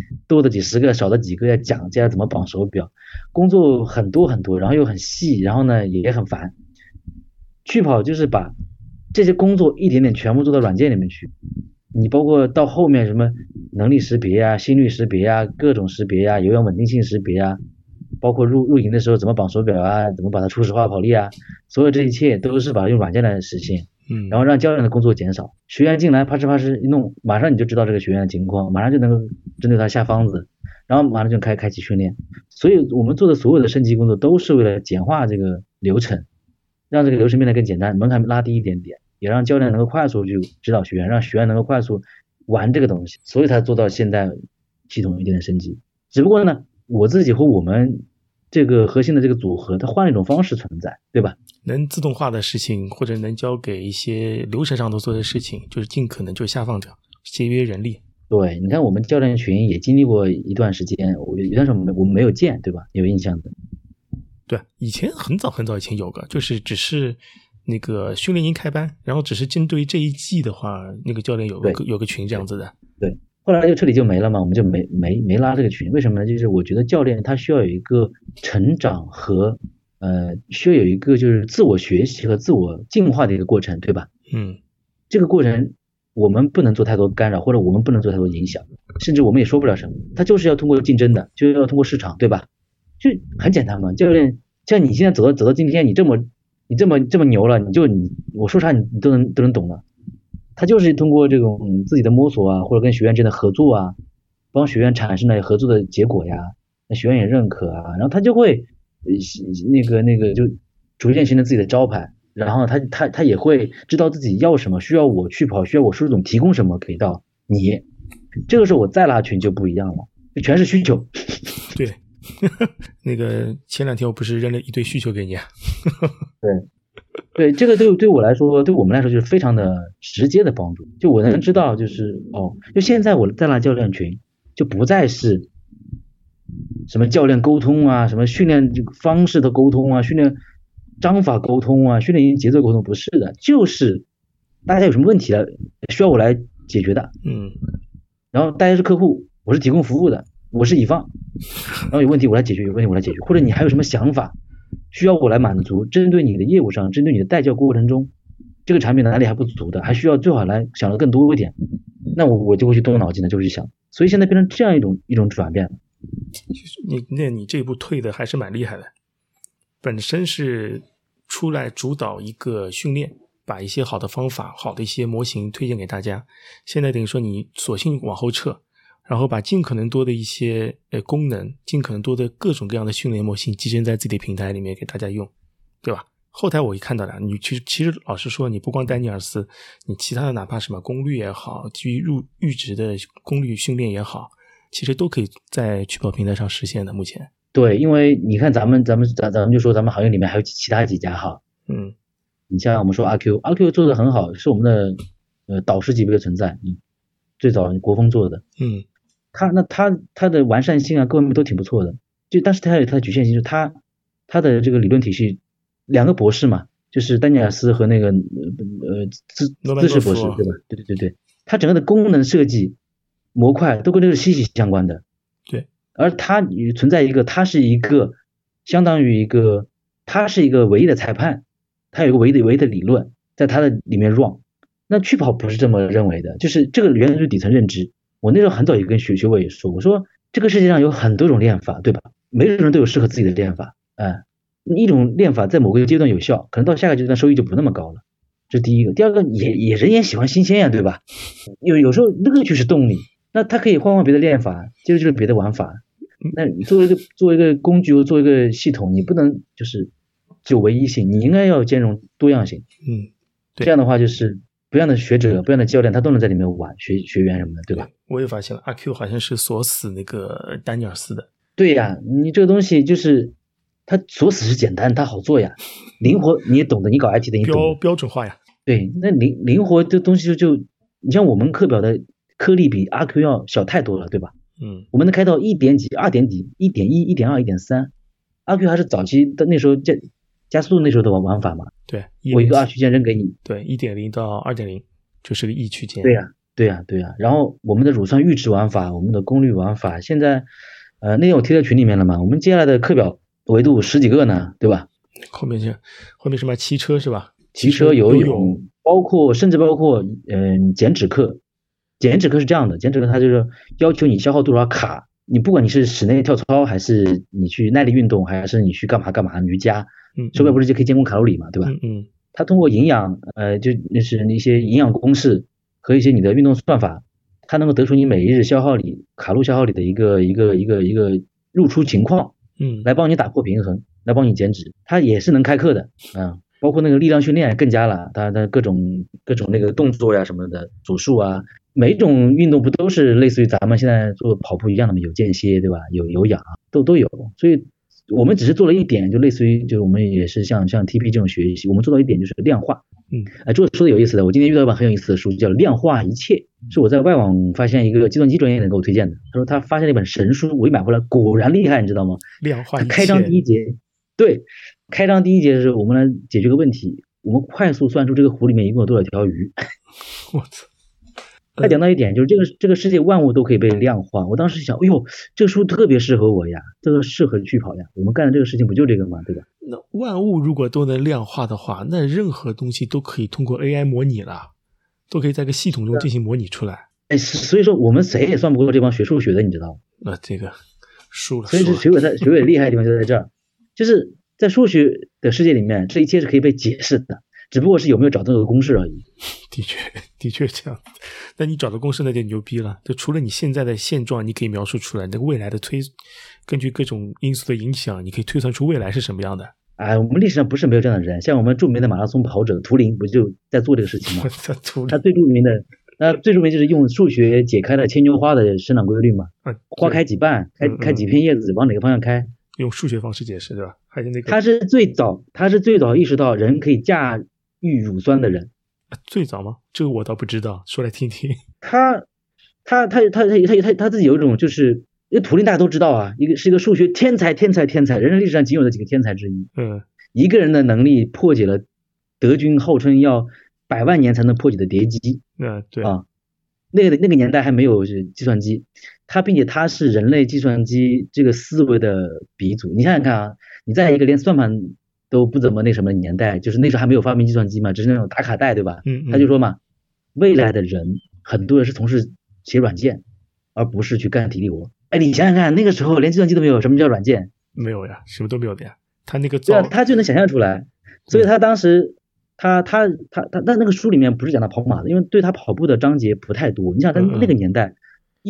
多的几十个，少的几个要讲这样怎么绑手表，工作很多很多，然后又很细，然后呢也很烦。趣跑就是把这些工作一点点全部做到软件里面去，你包括到后面什么能力识别啊、心率识别啊、各种识别啊、有氧稳定性识别啊，包括入营的时候怎么绑手表啊，怎么把它初始化跑力啊，所有这一切都是把它用软件来实现。然后让教练的工作减少，学员进来啪哧啪哧一弄，马上你就知道这个学员的情况，马上就能够针对他下方子，然后马上就开启训练。所以我们做的所有的升级工作都是为了简化这个流程，让这个流程变得更简单，门槛拉低一点点，也让教练能够快速去指导学员，让学员能够快速玩这个东西，所以才做到现在系统一定的升级。只不过呢，我自己和我们这个核心的这个组合，它换了一种方式存在，对吧？ 能自动化的事情，或者能交给一些流程上头做的事情，就是尽可能就下放掉，节约人力。 对，你看我们教练群也经历过一段时间，有段时间我们没有建，对吧？有印象的。 对，以前很早很早以前有个，就是只是那个训练营开班，然后只是针对这一季的话，那个教练有个群这样子的。 对，后来就彻底就没了嘛，我们就没拉这个群。为什么呢？就是我觉得教练他需要有一个成长和需要有一个就是自我学习和自我进化的一个过程，对吧？这个过程我们不能做太多干扰，或者我们不能做太多影响，甚至我们也说不了什么。他就是要通过竞争的，就是要通过市场，对吧？就很简单嘛。教练像你现在走到今天，你这么牛了，我说啥你都能懂了。他就是通过这种自己的摸索啊，或者跟学员之间的合作啊，帮学员产生了合作的结果呀，那学员也认可啊，然后他就会那个就逐渐形成自己的招牌，然后他也会知道自己要什么，需要我去跑，需要我舒总提供什么给到你。这个时候我再拉群就不一样了，就全是需求。 对，那个前2天我不是扔了一堆需求给你啊？ 对，这个对我来说，对我们来说就是非常的直接的帮助。就我能知道，就是就现在我再拉教练群，就不再是什么教练沟通啊，什么训练方式的沟通啊，训练章法沟通啊，训练营节奏沟通，不是的，就是大家有什么问题了，需要我来解决的。然后大家是客户，我是提供服务的，我是乙方，然后有问题我来解决，或者你还有什么想法需要我来满足，针对你的业务上，针对你的带教过程中，这个产品哪里还不足的，还需要最好来想的更多一点，那我就会去动脑筋的，就去想。所以现在变成这样一种转变了。 你这一步退的还是蛮厉害的，本身是出来主导一个训练，把一些好的方法、好的一些模型推荐给大家，现在等于说你索性往后撤，然后把尽可能多的一些功能，尽可能多的各种各样的训练模型集成在自己的平台里面给大家用，对吧？后台我一看到了，你其实老实说，你不光丹尼尔斯，你其他的哪怕什么功率也好，基于阈值的功率训练也好，其实都可以在趣跑平台上实现的。目前对，因为你看咱们就说咱们行业里面还有其他几家哈，你像我们说阿 Q 做的很好，是我们的导师级别的存在，最早国风做的，他的完善性啊各方面都挺不错的，但是他有他的局限性，就是他的这个理论体系，两个博士嘛，就是丹尼尔斯和那个姿势博士，对吧？对，他整个的功能设计模块都跟这个息息相关的。 对， 而他存在一个，他是一个相当于他是一个唯一的裁判，他有一个唯一的理论在他的里面 run。那趣跑不是这么认为的，就是这个源于底层认知。我那时候很早就跟学委也说，我说这个世界上有很多种练法，对吧？每个人都有适合自己的练法，一种练法在某个阶段有效，可能到下个阶段收益就不那么高了，这是第一个。第二个，人也喜欢新鲜呀，对吧？有时候乐趣是动力，那他可以换别的练法，接着就是别的玩法。那你作为一个工具，作为一个系统，你不能就是只有唯一性，你应该要兼容多样性。 对， 这样的话就是不一样的学者、不一样的教练，他都能在里面玩，学员什么的，对吧？ 我也发现了，阿 Q 好像是锁死那个丹尼尔斯的。 对呀，你这个东西就是它锁死是简单，它好做呀，灵活你也懂得，你搞 IT 的你懂标准化呀。 对，那灵活的东西就你像我们课表的颗粒比阿 Q 要小太多了，对吧？我们能开到1点几、2点几、1.1、1.2、1.3，阿 Q 还是早期的那时候加速度那时候的玩法嘛。 对， 我一个2区间扔给你。 对，1.0到2.0就是个 E 区间。 对呀， 对呀，对呀。然后我们的乳酸阈值玩法，我们的功率玩法，现在那天我贴在群里面了嘛，我们接下来的课表维度十几个呢，对吧？ 后面什么汽车是吧？ 骑车、游泳，甚至包括减脂课。减脂课是这样的，减脂课它就是要求你消耗多少卡，你不管你是室内跳操，还是你去耐力运动，还是你去干嘛瑜伽，手表不是就可以监控卡路里嘛，对吧？它通过营养就是那些营养公式和一些你的运动算法，它能够得出你每一日卡路消耗里的一个入出情况，来帮你打破平衡，来帮你减脂，它也是能开课的啊。包括那个力量训练更加了，它的各种那个动作呀什么的，组数啊，每一种运动不都是类似于咱们现在做跑步一样的吗？有间歇对吧？有有氧都有，所以我们只是做了一点，就类似于就是我们也是像 TP 这种学习，我们做到一点就是量化。这个说的有意思的，我今天遇到一本很有意思的书，叫《量化一切》，是我在外网发现一个计算机专业人给我推荐的。他说他发现了一本神书，我一买回来果然厉害，你知道吗？ 量化一切。 开章第一节，对，开章第一节是我们来解决个问题，我们快速算出这个湖里面一共有多少条鱼。 我操！ 他讲到一点，就是这个世界万物都可以被量化。我当时想，哎呦，这个书特别适合我呀，这个适合去跑呀。我们干的这个事情不就这个吗？对吧？ 那万物如果都能量化的话，那任何东西都可以通过 AI 模拟了，都可以在个系统中进行模拟出来。 所以说我们谁也算不过这帮学数学的，你知道吗？ 那这个输了。 所以是学委厉害的地方就在这儿，就是在数学的世界里面，这一切是可以被解释的。只不过是有没有找到这个公式而已。 的确这样。那你找到公式那就牛逼了，就除了你现在的现状你可以描述出来，那个未来的根据各种因素的影响，你可以推算出未来是什么样的。 我们历史上不是没有这样的人，像我们著名的马拉松跑者图灵不就在做这个事情吗？他最著名就是用数学解开了牵牛花的生长规律嘛。花开几瓣，开几片叶子，往哪个方向开？ 用数学方式解释，对吧？还是那个他是最早意识到人可以驾驭乳酸的人。 最早吗？这个我倒不知道，说来听听。 他自己有一种就是，因为图灵大家都知道啊，是一个数学天才，人类历史上仅有的几个天才之一。一个人的能力破解了德军号称要100万年才能破解的叠机。 对啊，那个年代还没有计算机，并且他是人类计算机这个思维的鼻祖。你想想看啊，你在一个连算盘都不怎么那什么年代，就是那时候还没有发明计算机嘛，只是那种打卡带，对吧？他就说嘛，未来的人很多人是从事写软件，而不是去干体力活。你想想看，那个时候连计算机都没有，什么叫软件？ 没有呀，什么都没有的呀。他那个对啊，他就能想象出来。所以他当时他那个书里面不是讲他跑马的，因为对他跑步的章节不太多。你想在那个年代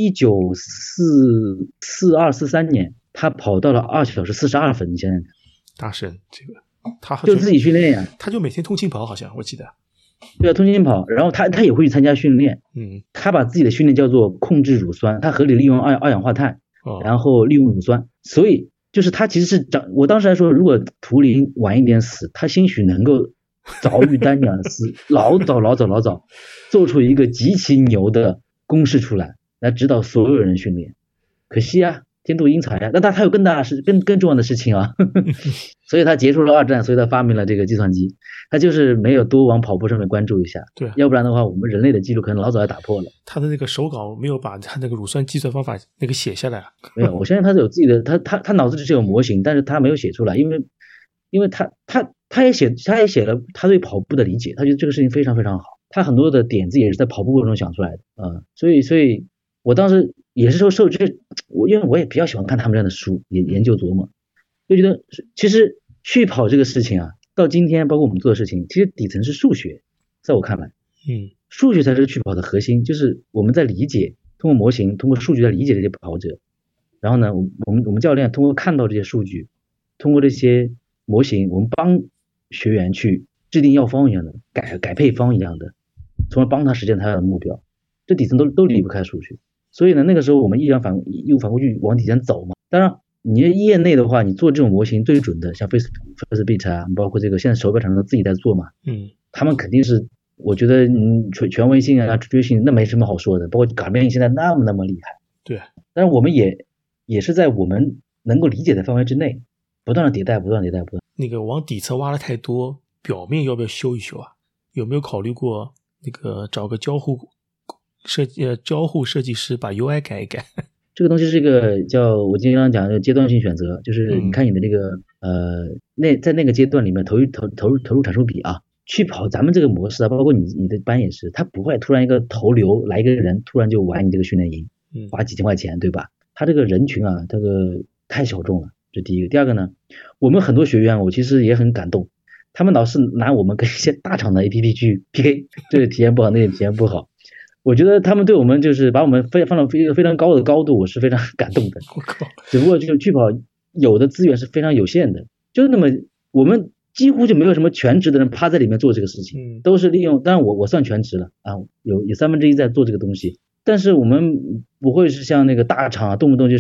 ，1942、43年，他跑到了2小时42分，你想想看。 大神，这个他就自己训练呀， 他就每天通勤跑，好像我记得。 对啊，通勤跑，然后他也会去参加训练。他把自己的训练叫做控制乳酸，他合理利用二氧化碳，然后利用乳酸。所以就是他其实是我当时还说，如果图灵晚一点死，他兴许能够早于丹尼尔斯老早做出一个极其牛的公式出来指导所有人训练。可惜啊，天妒英才啊，那他有更重要的事情啊。所以他结束了2战，所以他发明了这个计算机。他就是没有多往跑步上面关注一下， 对， 要不然的话我们人类的记录可能老早就打破了。 他的那个手稿没有把他那个乳酸计算方法那个写下来。 没有，我相信他是有自己的，他脑子里是有模型，但是他没有写出来，因为他也写了他对跑步的理解，他觉得这个事情非常非常好，他很多的点子也是在跑步过程中想出来的。所以我当时也是受这个，因为我也比较喜欢看他们这样的书，也研究琢磨，就觉得其实去跑这个事情啊，到今天包括我们做的事情，其实底层是数学。在我看来，数学才是去跑的核心，就是我们在理解，通过模型，通过数据来理解这些跑者。然后呢，我们教练通过看到这些数据，通过这些模型，我们帮学员去制定药方一样的，改配方一样的，从而帮他实现他的目标。这底层都离不开数据。所以呢，那个时候我们义无反顾去往底层走嘛。当然，你业内的话，你做这种模型最准的，像 Fitbit 啊，包括这个现在手表厂商自己在做嘛，他们肯定是，我觉得权威性啊、准确性那没什么好说的。包括Garmin现在那么厉害， 对。 但是我们也是在我们能够理解的范围之内，不断的迭代。 那个往底层挖的太多，表面要不要修一修啊？有没有考虑过那个找个交互交互设计师把 UI 改一改。 这个东西是一个叫我经常讲的阶段性选择，就是你看你的这个在那个阶段里面投入产出比啊，去跑咱们这个模式啊，包括你的班也是，他不会突然一个投流来一个人突然就玩你这个训练营，花几千块钱，对吧？他这个人群啊，这个太小众了，这第一个。第二个呢，我们很多学员我其实也很感动，他们老是拿我们跟一些大厂的 APP 去 PK， 这个体验不好，那个体验不好。我觉得他们对我们就是把我们放到一个非常高的高度，我是非常感动的。只不过就去跑有的资源是非常有限的，就那么我们几乎就没有什么全职的人趴在里面做这个事情，都是利用，当然我算全职了啊，有1/3在做这个东西，但是我们不会是像那个大厂啊，动不动就是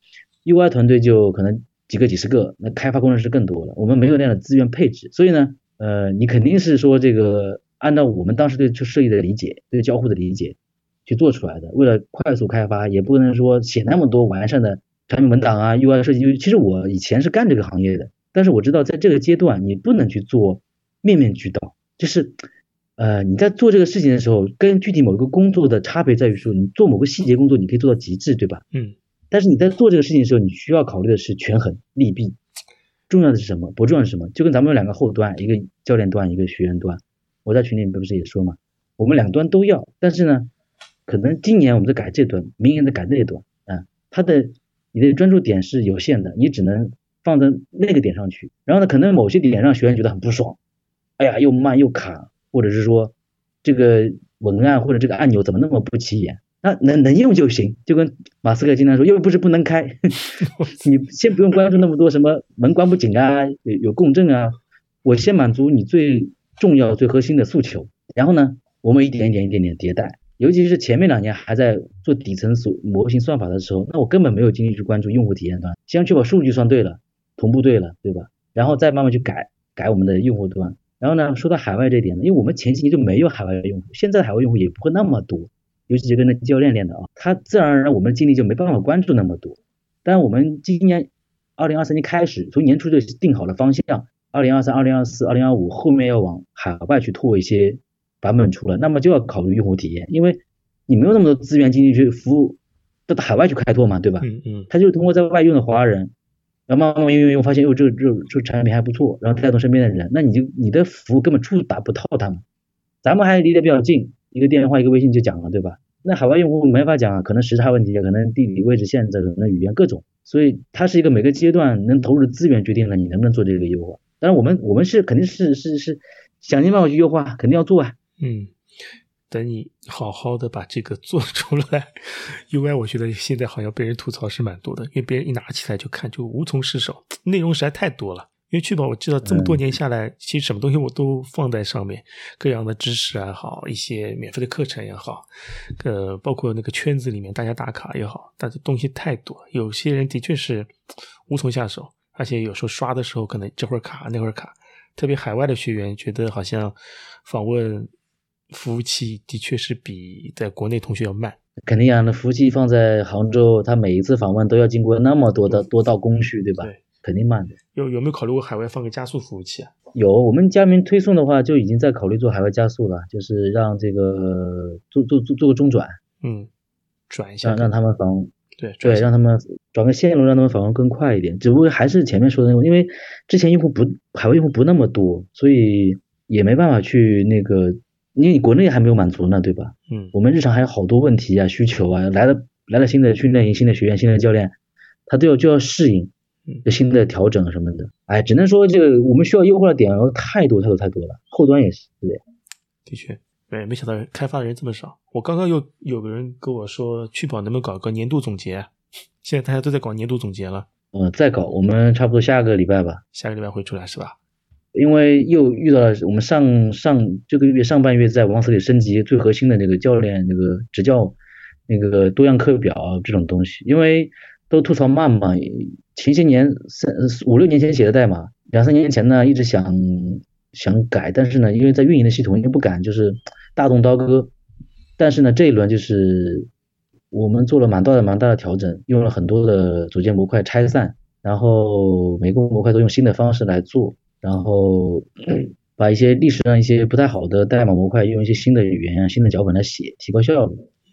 UI 团队就可能几十个，那开发工程师更多了，我们没有那样的资源配置，所以呢，你肯定是说这个按照我们当时对设计的理解，对交互的理解去做出来的，为了快速开发，也不能说写那么多完善的产品文档啊 UI 设计。其实我以前是干这个行业的，但是我知道在这个阶段你不能去做面面俱到，就是你在做这个事情的时候，跟具体某一个工作的差别在于说，你做某个细节工作你可以做到极致，对吧？但是你在做这个事情的时候，你需要考虑的是权衡利弊，重要的是什么，不重要的是什么。就跟咱们有两个后端，一个教练端，一个学员端。我在群里面不是也说嘛，我们两端都要，但是呢，可能今年我们在改这端，明年在改那端啊，你的专注点是有限的，你只能放在那个点上去。然后呢，可能某些点让学员觉得很不爽，哎呀，又慢又卡，或者是说这个文案或者这个按钮怎么那么不起眼？那能用就行，就跟马斯克经常说，又不是不能开，你先不用关注那么多什么门关不紧啊，有共振啊，我先满足你最重要最核心的诉求，然后呢，我们一点点迭代。尤其是前面2年还在做底层模型算法的时候，那我根本没有精力去关注用户体验端，先确保数据算对了，同步对了，对吧？然后再慢慢去改我们的用户端。然后呢，说到海外这一点呢，因为我们前几年就没有海外用户，现在海外用户也不会那么多，尤其是跟那教练练的啊，他自然而然我们的精力就没办法关注那么多。但我们今年2023年开始，从年初就定好了方向，2023、2024、2025后面要往海外去拓一些版本出来，那么就要考虑用户体验，因为你没有那么多资源精力去服务到海外去开拓嘛，对吧？他就通过在外用的华人，然后慢慢用发现这产品还不错，然后带动身边的人，那你的服务根本触达不到他们。咱们还离得比较近，一个电话一个微信就讲了，对吧？那海外用户没法讲啊，可能时差问题，可能地理位置限制，可能语言各种，所以它是一个每个阶段能投入的资源决定了你能不能做这个优化。当然我们是肯定是想尽办法去优化，肯定要做啊。 等你好好的把这个做出来。UI 我觉得现在好像被人吐槽是蛮多的，因为别人一拿起来就看就无从释手，内容实在太多了。因为趣宝我知道这么多年下来，其实什么东西我都放在上面，各样的知识也好，一些免费的课程也好，包括那个圈子里面大家打卡也好，但是东西太多，有些人的确是无从下手，而且有时候刷的时候可能这会儿卡那会儿卡，特别海外的学员觉得好像访问服务器的确是比在国内同学要慢。 肯定啊，那服务器放在杭州，他每一次访问都要经过那么多道工序，对吧？ 对， 肯定慢的。 有没有考虑过海外放个加速服务器啊？ 有，我们佳明推送的话就已经在考虑做海外加速了，就是让这个做个中转， 转一下， 让他们访问， 对， 让他们转个线路，让他们访问更快一点。只不过还是前面说的那个，因为之前海外用户不那么多，所以也没办法去那个，因为你国内还没有满足呢，对吧？我们日常还有好多问题啊、需求啊，来了新的训练营、新的学员、新的教练，他就要适应新的调整什么的。只能说这个我们需要优化的点太多了，后端也是的。 的确，对，没想到开发的人这么少。我刚刚有个人跟我说，趣宝能不能搞个年度总结？现在大家都在搞年度总结了。 在搞，我们差不多下个礼拜吧。 下个礼拜会出来是吧？ 因为又遇到了我们这个月上半月在王思里升级最核心的那个教练那个执教那个多样课表这种东西，因为都吐槽慢嘛，前些年5-6年前写的代码，2-3年前呢一直想改，但是呢因为在运营的系统也不敢就是大动刀割，但是呢这一轮就是我们做了蛮大的调整，用了很多的组件模块拆散，然后每个模块都用新的方式来做，然后把一些历史上一些不太好的代码模块用一些新的语言新的脚本来写，提高效率。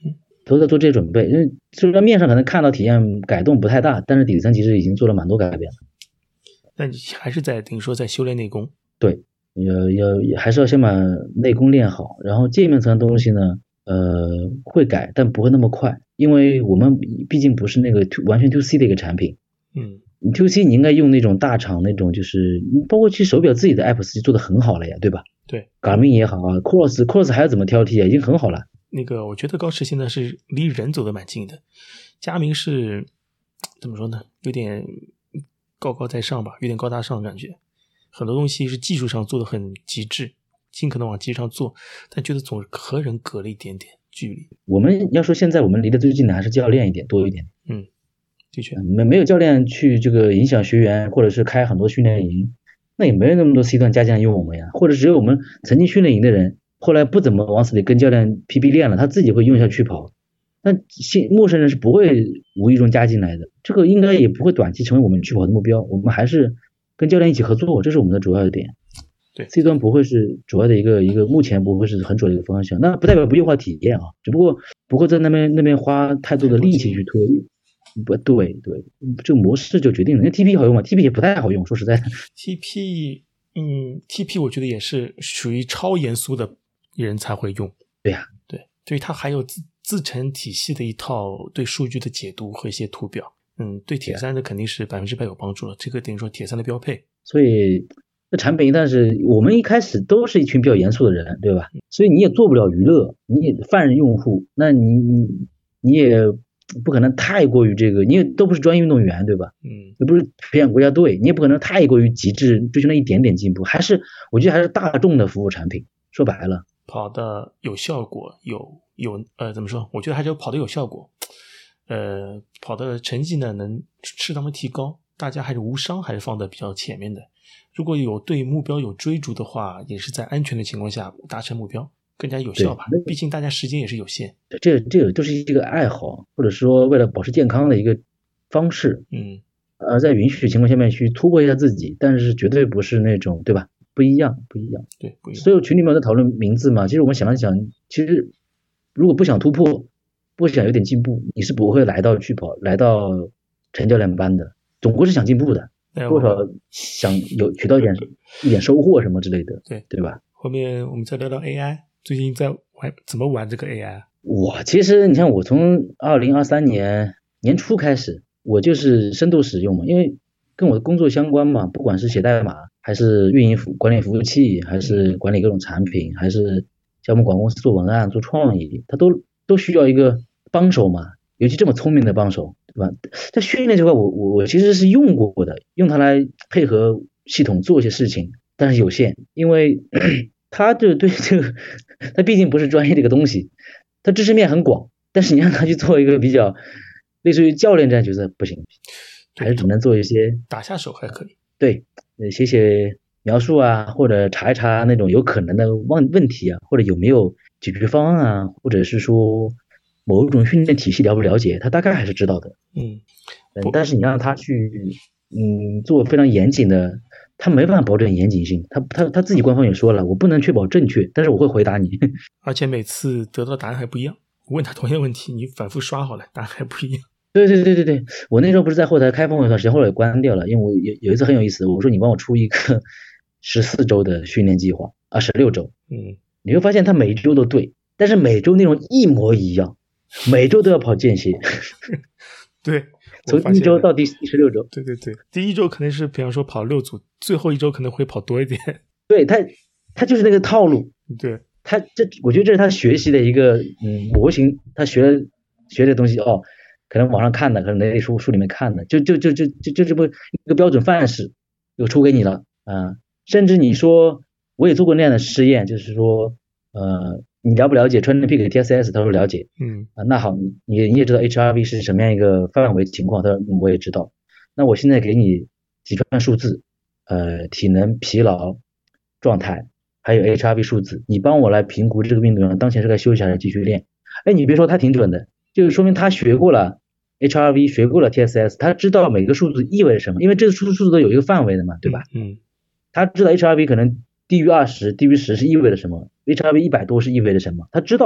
都在做这些准备。因为虽然面上可能看到体验改动不太大，但是底层其实已经做了蛮多改变了。 那你还是等于说在修炼内功。 对，还是要先把内功练好，然后界面层的东西呢，会改，但不会那么快，因为我们毕竟不是那个完全 to C 的一个产品。你 to C 你应该用那种大厂那种，就是包括其实手表自己的 app 就做的很好了呀，对吧？ 对 ，Garmin 也好啊，Cross 还要怎么挑剔啊，已经很好了。 那个我觉得高驰现在是离人走得蛮近的，佳明是怎么说呢？有点高高在上吧，有点高大上的感觉。很多东西是技术上做的很极致，尽可能往极致上做，但觉得总和人隔了一点点距离。 我们要说现在我们离得最近的还是教练一点多一点。 的确， 没有教练去这个影响学员，或者是开很多训练营，那也没有那么多 C 端加进来用我们呀。或者只有我们曾经训练营的人，后来不怎么往死里跟教练 PB 练了，他自己会用一下去跑。那陌生人是不会无意中加进来的，这个应该也不会短期成为我们去跑的目标。我们还是跟教练一起合作，这是我们的主要的点。 对 ，C 端不会是主要的一个目前不会是很主要的一个方向。那不代表不优化体验啊，只不过不会在那边花太多的力气去推。不对，这个模式就决定了。那 TP 好用吗 ？TP 也不太好用，说实在的。 TP 我觉得也是属于超严肃的人才会用。 对呀， 对，它还有自成体系的一套对数据的解读和一些图表。对铁三的肯定是100%有帮助了，这个等于说铁三的标配。 所以这产品，但是我们一开始都是一群比较严肃的人，对吧？所以你也做不了娱乐，你也泛人用户，那你也不可能太过于这个，你也都不是专业运动员，对吧？又不是培养国家队，你也不可能太过于极致，追求那一点点进步。我觉得还是大众的服务产品。说白了， 跑的有效果，怎么说？我觉得还是跑的有效果，跑的成绩呢能适当的提高，大家还是无伤，还是放在比较前面的。如果有对目标有追逐的话，也是在安全的情况下达成目标。更加有效吧，毕竟大家时间也是有限。 这个都是一个爱好，或者说为了保持健康的一个方式。在允许情况下面去突破一下自己，但是绝对不是那种，对吧？不一样。 对，不一样。 所有群里面在讨论名字嘛，其实我们想一想，其实如果不想突破，不想有点进步，你是不会来到陈教练班的，总归是想进步的，多少想取到一点收获什么之类的，对吧？ 后面我们再聊聊 AI。最近在怎么玩这个 AI？ 其实你像我从2023年年初开始，我就是深度使用嘛，因为跟我的工作相关嘛，不管是写代码，还是运营管理服务器，还是管理各种产品，还是像我们广告公司做文案、做创意，它都需要一个帮手嘛，尤其这么聪明的帮手，对吧？在训练这块，我其实是用过的，用它来配合系统做一些事情，但是有限，因为他就对这个，他毕竟不是专业这个东西，他知识面很广，但是你让他去做一个比较类似于教练这样角色不行，还是只能做一些打下手还可以。 对，写描述啊，或者查一查那种有可能的问题啊，或者有没有解决方案啊，或者是说某种训练体系了不了解，他大概还是知道的。但是你让他去做非常严谨的。他没办法保证严谨性，他自己官方也说了，我不能确保正确，但是我会回答你。 而且每次得到的答案还不一样，问他同样的问题，你反复刷好了，答案还不一样。 对，我那时候不是在后台开放过一段时间，后来也关掉了，因为我有一次很有意思，我说你帮我出一个14周的训练计划啊，16周，你会发现他每一周都对，但是每周内容一模一样，每周都要跑间歇。 对。 从1周到第16周， 对，第一周可能是比方说跑6组，最后一周可能会跑多一点。 对，他就是那个套路。 对， 我觉得这是他学习的一个模型，他学的东西可能网上看的，可能哪里书里面看的，就这么一个标准范式就出给你了啊。甚至你说我也做过那样的试验，就是说你了不了解 Training Peak TSS？ 他说了解。那好，你也知道 HRV 是什么样一个范围情况，他说我也知道。那我现在给你几串数字，体能、疲劳状态，还有 HRV 数字，你帮我来评估这个运动员当前是该休息还是继续练。你别说他挺准的，就说明他学过了 HRV， 学过了 TSS， 他知道每个数字意味着什么，因为这个数字都有一个范围的嘛，对吧？他知道 HRV 可能低于20，低于10是意味着什么，HRV 100多是意味着什么，他知道。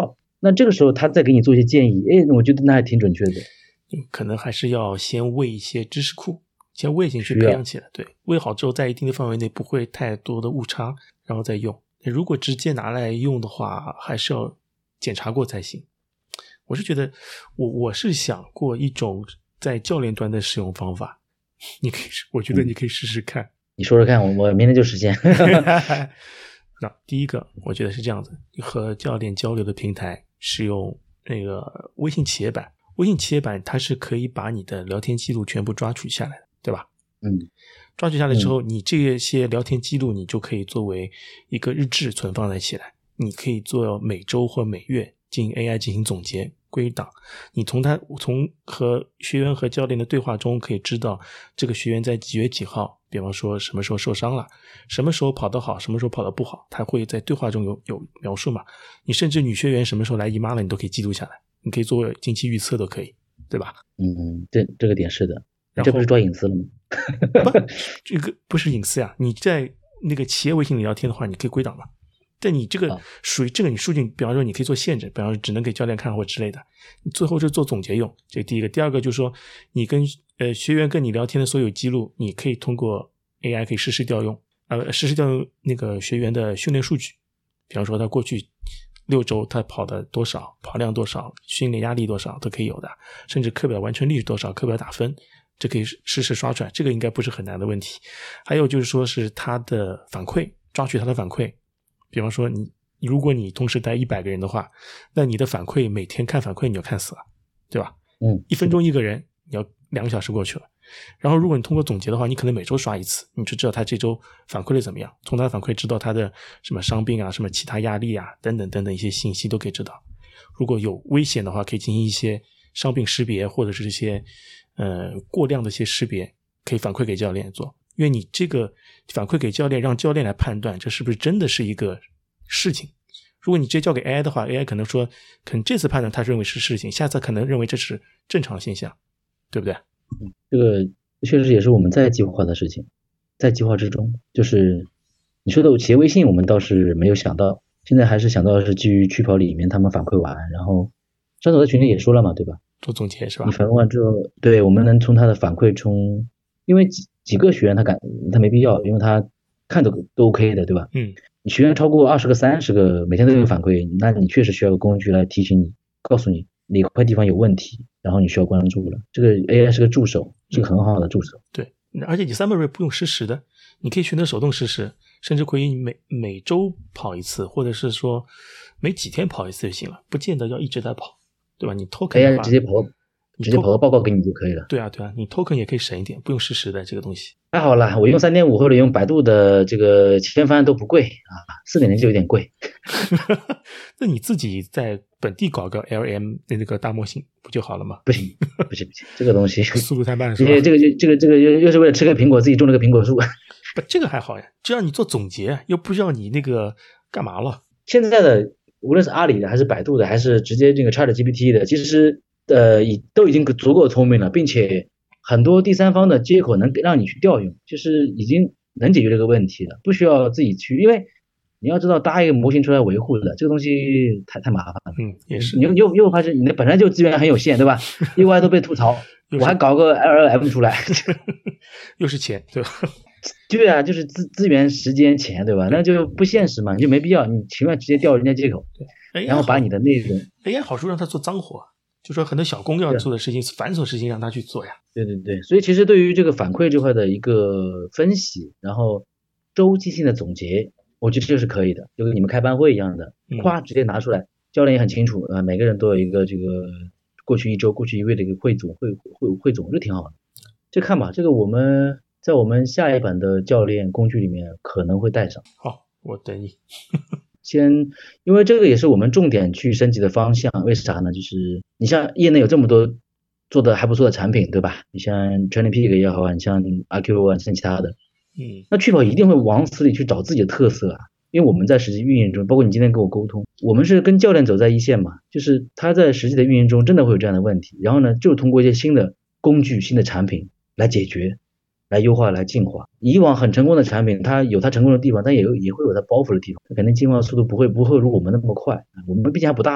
那这个时候他再给你做一些建议，我觉得那还挺准确的。 可能还是要先喂一些知识库，先喂进去培养起来。对，喂好之后，在一定的范围内不会太多的误差，然后再用。如果直接拿来用的话，还是要检查过才行。我是觉得，我是想过一种在教练端的使用方法，我觉得你可以试试看。 你说说看，我明天就实现。 那第一个，我觉得是这样子：和教练交流的平台使用那个微信企业版。微信企业版它是可以把你的聊天记录全部抓取下来的，对吧？抓取下来之后，你这些聊天记录你就可以作为一个日志存放在起来，你可以做每周或每月进行 AI 进行总结归档。你从和学员和教练的对话中可以知道这个学员在几月几号，比方说什么时候受伤了，什么时候跑得好，什么时候跑得不好，他会在对话中有描述嘛。你甚至女学员什么时候来姨妈了，你都可以记录下来，你可以做经期预测都可以，对吧？ 这个点是的。这不是抓隐私了吗？ 不，这个不是隐私呀。你在那个企业微信里聊天的话，你可以归档嘛。但你这个属于这个你数据，比方说你可以做限制，比方说只能给教练看或之类的。你最后是做总结用，这第一个。第二个就是说，你跟学员跟你聊天的所有记录，你可以通过 AI 可以实时调用，那个学员的训练数据，比方说他过去6周他跑的多少，跑量多少，训练压力多少都可以有的，甚至课表完成率是多少，课表打分。这可以实时刷出来，这个应该不是很难的问题。还有就是说是他的反馈，抓取他的反馈。比方说如果你同时带100个人的话，那你的反馈每天看反馈你就看死了，对吧？1分钟一个人，你要2个小时过去了。然后如果你通过总结的话，你可能每周刷一次，你就知道他这周反馈的怎么样，从他的反馈知道他的什么伤病啊，什么其他压力啊，等等等等一些信息都可以知道。如果有危险的话，可以进行一些伤病识别，或者是一些过量的一些识别，可以反馈给教练做。因为你这个反馈给教练，让教练来判断这是不是真的是一个事情。如果你直接交给 AI 的话， AI 可能说可能这次判断他认为是事情，下次可能认为这是正常现象，对不对？ 这个确实也是我们在计划的事情，在计划之中。就是你说的企业微信我们倒是没有想到，现在还是想到的是基于趣跑里面他们反馈完，然后张总在群里也说了嘛，对吧？ 做总结是吧？ 你反馈完之后，对，我们能从他的反馈中，因为几个学员他没必要，因为他看都 OK 的，对吧？你学员超过20个30个每天都有反馈，那你确实需要个工具来提醒你，告诉你哪块地方有问题，然后你需要关注了。这个 AI 是个助手，是个很好的助手。 对，而且你 Summary 不用实时的，你可以选择手动实时，甚至可以每周跑一次，或者是说每几天跑一次就行了，不见得要一直在跑，对吧？你 token 的话 AI 直接跑个报告给你就可以了。 对啊，你 token 也可以省一点，不用实时的这个东西。 还好啦，我用 3.5 或者用百度的这个前方案都不贵啊，4.0就有点贵。 那你自己在本地搞个 LM 那个大模型不就好了吗？ 不行，这个东西速度太慢是吧？ 这个又是为了吃个苹果，自己种了个苹果树。 不，这个还好呀，就让你做总结，又不知道你那个干嘛了。 现在的无论是阿里的还是百度的，还是直接这个 ChatGPT 的，其实都已经足够聪明了，并且很多第三方的接口能让你去调用，就是已经能解决这个问题了，不需要自己去，因为你要知道搭一个模型出来维护的这个东西太麻烦了。 也是。 你又发现你的本来就资源很有限，对吧？另外都被吐槽，我还搞个 LLM 出来， 又是钱，对吧？ 对啊，就是资源、时间、钱，对吧？那就不现实嘛，你就没必要，你情愿直接调人家接口， 对， 然后把你的内容。 AI 好处让他做脏活，就说很多小工要做的事情，繁琐事情让他去做呀。 对，所以其实对于这个反馈这块的一个分析，然后周期性的总结，我觉得这是可以的，就跟你们开班会一样的，直接拿出来，教练也很清楚，每个人都有一个这个过去1周、过去1月的一个汇总，这挺好的。就看吧，这个我们在我们下一版的教练工具里面可能会带上。 好，我等你。 因为这个也是我们重点去升级的方向，为啥呢？就是你像业内有这么多做的还不错的产品，对吧？你像 TrainingPeaks 也好，你像 RQ 啊，像其他的，那趣跑一定会往死里去找自己的特色啊。因为我们在实际运营中，包括你今天跟我沟通，我们是跟教练走在一线嘛，就是他在实际的运营中真的会有这样的问题，然后呢，就通过一些新的工具、新的产品来解决。来优化来进化，以往很成功的产品，它有它成功的地方，但也会有它包袱的地方，它肯定进化速度不会如我们那么快，我们毕竟还不大嘛。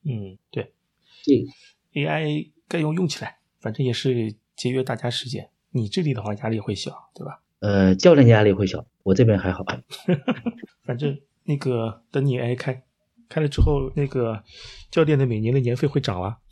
对这 ，AI 该用起来，反正也是节约大家时间。你这里的话压力会小，对吧？ 教练压力会小，我这边还好。 反正那个等你 AI 开了之后，那个教练的每年的年费会涨啊。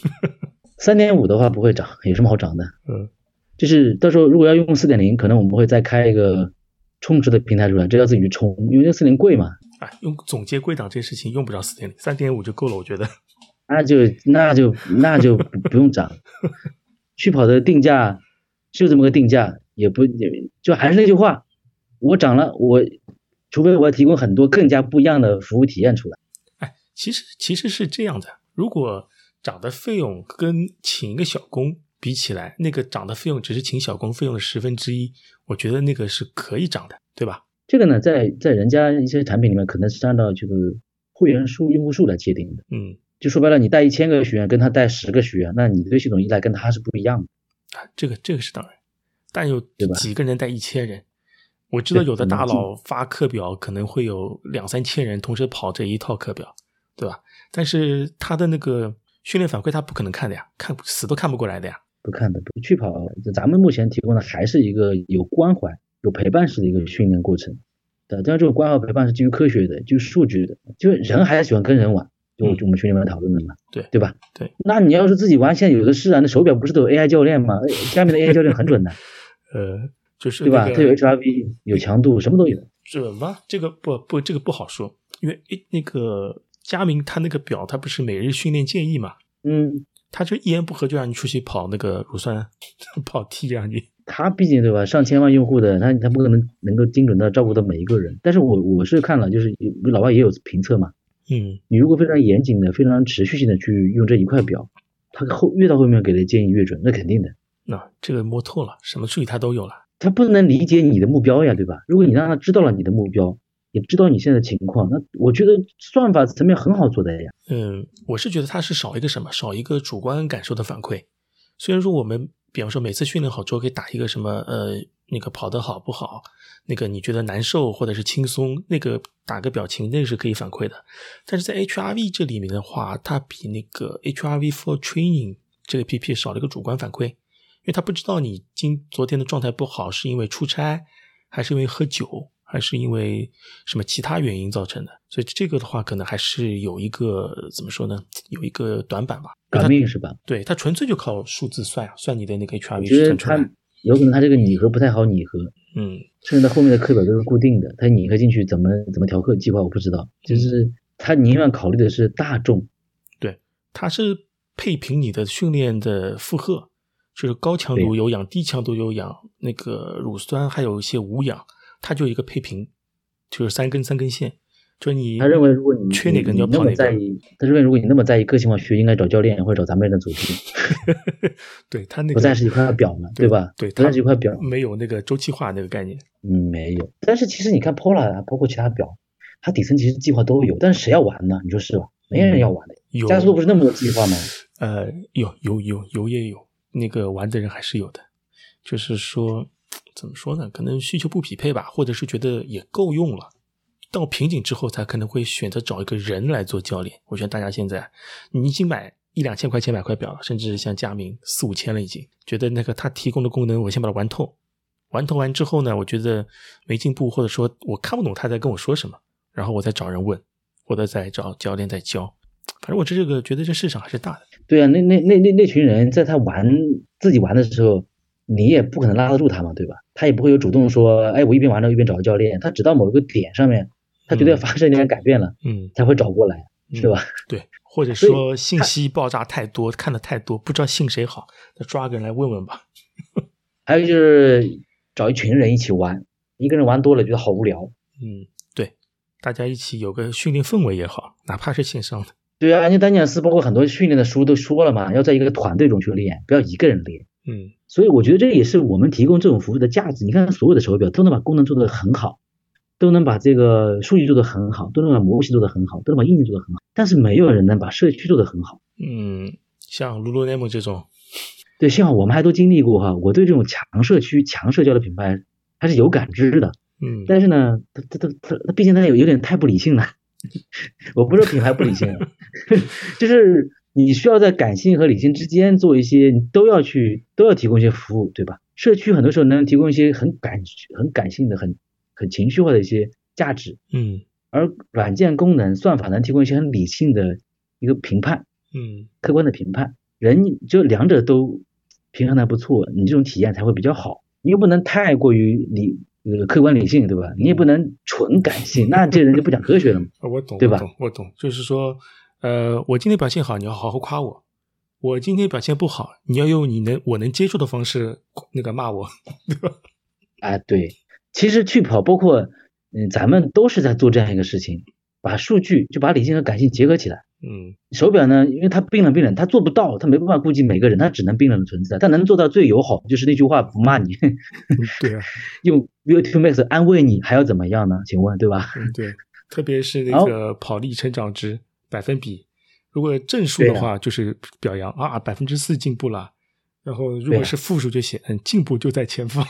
3.5 的话不会涨，有什么好涨的？就是到时候如果要用 4.0， 可能我们会再开一个充值的平台出来，这要自己去充，因为那 4.0 贵嘛。 用总接归档这事情用不着 4.0， 3.5 就够了，我觉得。 那就不用涨。去跑的定价就这么个定价，就还是那句话，我涨了，除非我要提供很多更加不一样的服务体验出来。 其实是这样的，如果涨的费用跟请一个小工比起来，那个涨的费用只是请小工费用的1/10，我觉得那个是可以涨的，对吧？ 这个呢，在人家一些产品里面，可能是按照这个会员数、用户数来界定的。就说白了，你带1000个学员，跟他带10个学员，那你对系统依赖跟他是不一样的。 这个是当然，但有几个人带1000人，我知道有的大佬发课表可能会有2-3千人同时跑这一套课表，对吧？但是他的那个训练反馈他不可能看的呀，死都看不过来的呀。 不看的，去跑，咱们目前提供的还是一个有关怀、有陪伴式的一个训练过程。对，但这种关怀陪伴是基于科学的，基于数据的，就是人还是喜欢跟人玩。就我们群里面讨论的嘛，对吧？ 对。 那你要是自己玩，现在有的是啊，那手表不是都有 AI 教练吗？下面的 AI 教练很准的， 就是对吧？它有 HRV， 有强度，什么都有。 准吗？这个不好说，因为那个佳明他那个表，他不是每日训练建议嘛？他就一言不合就让你出去跑那个乳酸跑 T 让你。 他毕竟对吧，上千万用户的，他不可能够精准的照顾到每一个人。但是我是看了，就是老外也有评测嘛。你如果非常严谨的、非常持续性的去用这一块表，他越到后面给的建议越准，那肯定的。 那这个摸透了，什么数据他都有了。 他不能理解你的目标呀，对吧？如果你让他知道了你的目标，也知道你现在的情况，那我觉得算法层面很好做的呀。 我是觉得它是少一个什么？少一个主观感受的反馈。虽然说我们比方说每次训练好之后可以打一个什么那个跑得好不好，那个你觉得难受或者是轻松，那个打个表情，那个是可以反馈的。但是在 HRV 这里面的话，它比那个 HRV for Training 这个 PP 少了一个主观反馈，因为他不知道你昨天的状态不好是因为出差，还是因为喝酒，还是因为什么其他原因造成的。所以这个的话可能还是有一个怎么说呢，有一个短板吧， 短命是吧？ 对，它纯粹就靠数字算你的那个 HRV 是算出来。有可能它这个拟合不太好拟合，甚至它后面的课表都是固定的，它拟合进去怎么调课计划我不知道，就是它宁愿考虑的是大众。 对，它是配平你的训练的负荷，就是高强度有氧、低强度有氧，那个乳酸还有一些无氧，它就一个配平，就是三根线。就是他认为如果你缺哪个你要跑哪个， 他认为如果你那么在意个性化学，应该找教练或者找咱们的组织。 对，他那个不再是一块表了，对吧？ 对， 不再是一块表， 没有那个周期化那个概念。 没有。但是其实你看 Polar 包括其他表，它底层其实计划都有，但是谁要玩呢？你说是吧？没人要玩的。加速度不是那么多计划吗？ 有也有，那个玩的人还是有的。就是说怎么说呢？可能需求不匹配吧，或者是觉得也够用了。到瓶颈之后才可能会选择找一个人来做教练。我觉得大家现在你已经买1-2千块钱买块表了，甚至像佳明4-5千了已经，觉得那个他提供的功能我先把它玩透完之后呢，我觉得没进步，或者说我看不懂他在跟我说什么，然后我再找人问，或者再找教练再教。反正我这个觉得这市场还是大的。 对啊，那群人在他自己玩的时候，你也不可能拉得住他嘛，对吧？他也不会有主动说，哎，我一边玩着一边找个教练，他直到某一个点上面他觉得要发生一点改变了，才会找过来，是吧？ 对，或者说信息爆炸太多，看的太多，不知道信谁好，那抓个人来问问吧。 还有就是找一群人一起玩，一个人玩多了觉得好无聊。 对，大家一起有个训练氛围也好，哪怕是线上的。 对啊，丹尼尔斯包括很多训练的书都说了嘛，要在一个团队中去练，不要一个人练。所以我觉得这也是我们提供这种服务的价值。你看所有的手表都能把功能做得很好，都能把这个数据做得很好，都能把模型做得很好，都能把硬件做得很好，但是没有人能把社区做得很好。 像 Lululemon 这种， 对，幸好我们还都经历过哈。我对这种强社区、强社交的品牌还是有感知的。但是呢，它毕竟它有点太不理性了。 我不是品牌不理性啊，就是你需要在感性和理性之间做一些，你都要提供一些服务，对吧？社区很多时候能提供一些很感性的、很情绪化的一些价值，而软件功能算法能提供一些很理性的一个评判，客观的评判，人就两者都平衡的不错，你这种体验才会比较好。你又不能太过于客观理性，对吧？你也不能纯感性，那这人就不讲科学了嘛。 我懂， 对吧？ 我懂，就是说，我今天表现好，你要好好夸我；我今天表现不好，你要用我能接受的方式那个骂我，对吧？ 啊，对，其实去跑包括咱们都是在做这样一个事情，把数据就把理性和感性结合起来。手表呢，因为它冰冷，它做不到，它没办法顾及每个人，它只能冰冷的存在。它能做到最友好，就是那句话，不骂你。 对啊， 用 VO2 Max 安慰你，还要怎么样呢？请问，对吧？ 对，特别是那个跑力成长值百分比，如果正数的话，就是表扬啊，4%进步了。然后如果是负数，就写进步就在前方。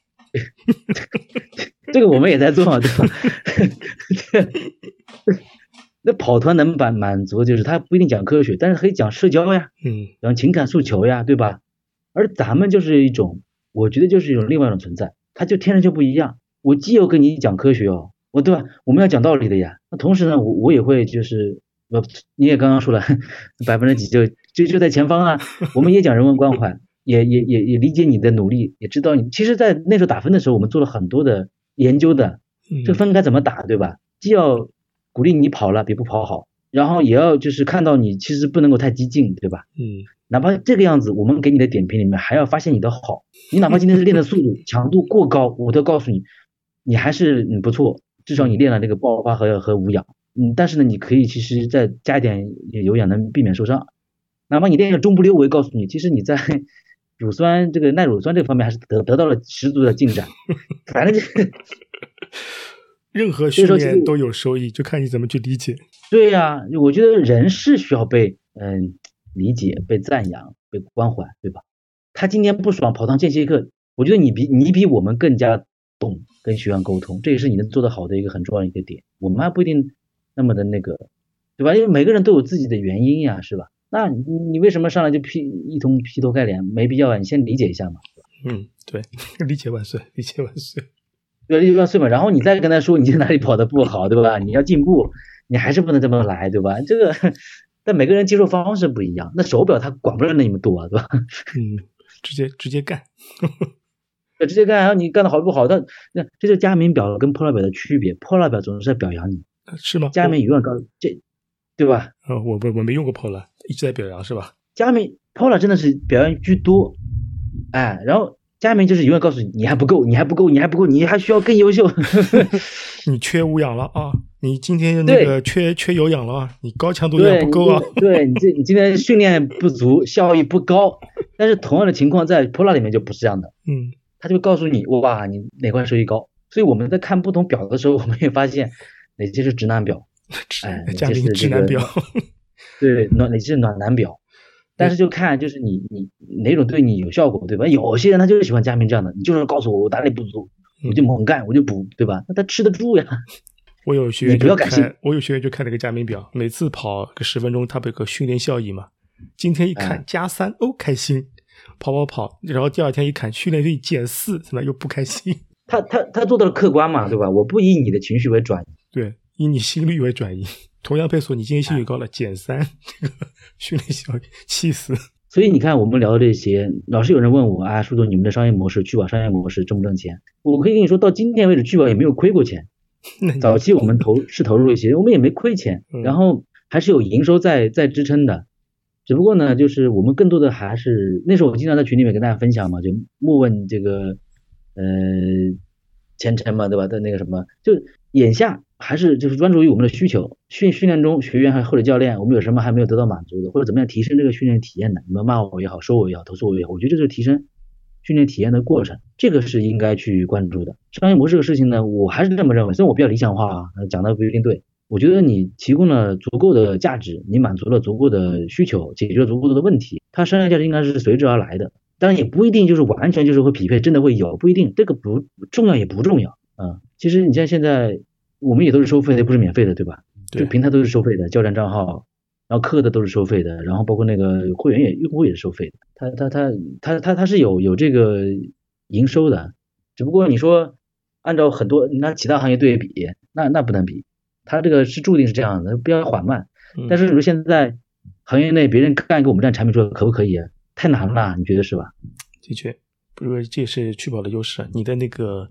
这个我们也在做嘛，对吧？那跑团能满足，就是它不一定讲科学，但是可以讲社交呀，讲情感诉求呀，对吧？而咱们就是一种，我觉得就是一种另外一种存在，它就天生就不一样。我既要跟你讲科学哦，对吧？我们要讲道理的呀。那同时呢，我也会就是，你也刚刚说了几就在前方啊。我们也讲人文关怀，也理解你的努力，也知道你。其实，在那时候打分的时候，我们做了很多的研究的，这分该怎么打，对吧？既要鼓励你跑了比不跑好，然后也要就是看到你其实不能够太激进，对吧？哪怕这个样子，我们给你的点评里面还要发现你的好。你哪怕今天是练的速度强度过高，我都告诉你，你还是不错，至少你练了这个爆发和无氧。但是呢，你可以其实再加一点有氧，能避免受伤。哪怕你练个中不溜，我也告诉你，其实你在乳酸这个耐乳酸这方面还是得到了十足的进展。反正任何训练都有收益，就看你怎么去理解。 对呀，我觉得人是需要被理解、被赞扬、被关怀，对吧？他今天不爽跑堂间歇课，我觉得你比我们更加懂跟学员沟通，这也是你能做得好的一个很重要的一个点。我们还不一定那么的那个，对吧？因为每个人都有自己的原因呀，是吧？那你为什么上来就一通劈头盖脸？没必要啊，你先理解一下嘛。 对，理解万岁，理解万岁。 对，理解万岁嘛。然后你再跟他说你哪里跑得不好，对吧？你要进步，你还是不能这么来，对吧？这个，但每个人接受方式不一样。那手表它管不了那么多啊，对吧？ 直接干。 直接干，然后你干得好不好？这就是佳明表跟 Polar 表的区别。Polar 表总是在表扬你， 是吗？ 佳明永远告这，对吧？ 我没用过 Polar， 一直在表扬是吧？ 佳明 Polar 真的是表扬居多，然后佳明就是永远告诉你，你还不够，你还需要更优秀。 你缺无氧了啊！你今天那个缺有氧了啊！你高强度量不够啊！ 对，你今天训练不足，效益不高。但是同样的情况在 Polar 里面就不是这样的，他就会告诉你，哇，你哪块收益高。所以我们在看不同表的时候，我们也发现哪些是直男表， 佳明直男表， 对，哪些是暖男表。但是就看就是你哪种对你有效果，对吧？有些人他就是喜欢佳明这样的，你就是告诉我哪里不足，我就猛干，我就补，对吧？那他吃得住呀。 我有学员你不要感性， 我有学员就看那个佳明表，每次跑个10分钟，他不有个训练效益嘛？今天一看+3，开心，跑，然后第二天一看训练费-4，怎么又不开心？ 他做到了客观嘛，对吧？我不以你的情绪为转移， 对，以你心率为转移。同样配速，你今天心率高了，-3，训练效益，气死。 所以你看，我们聊的这些，老是有人问我啊，舒总，你们的商业模式，聚宝商业模式挣不挣钱？我可以跟你说，到今天为止，聚宝也没有亏过钱。早期我们投入一些，我们也没亏钱，然后还是有营收在支撑的。只不过呢，就是我们更多的还是那时候我经常在群里面跟大家分享嘛，就莫问这个前程嘛，对吧？的那个什么，就眼下还是就是专注于我们的需求，训练中学员或者教练，我们有什么还没有得到满足的，或者怎么样提升这个训练体验的，你们骂我也好，说我也好，投诉我也好，我觉得这是提升训练体验的过程，这个是应该去关注的。商业模式这个事情呢，我还是这么认为，虽然我比较理想化啊，讲的不一定对。我觉得你提供了足够的价值，你满足了足够的需求，解决了足够的问题，它商业价值应该是随之而来的。当然也不一定就是完全就是会匹配，真的会有，不一定，这个不重要也不重要啊。其实你像现在我们也都是收费的，不是免费的，对吧？ 就平台都是收费的，教练账号，然后课的都是收费的，然后包括那个会员用户也是收费的，它是有这个营收的，只不过你说按照很多拿其他行业对比，那不能比，它这个是注定是这样的，比较缓慢。但是你说现在行业内别人干一个我们这样产品出来可不可以？太难了，你觉得是吧？ 的确，不是这也是趣跑的优势。你的那个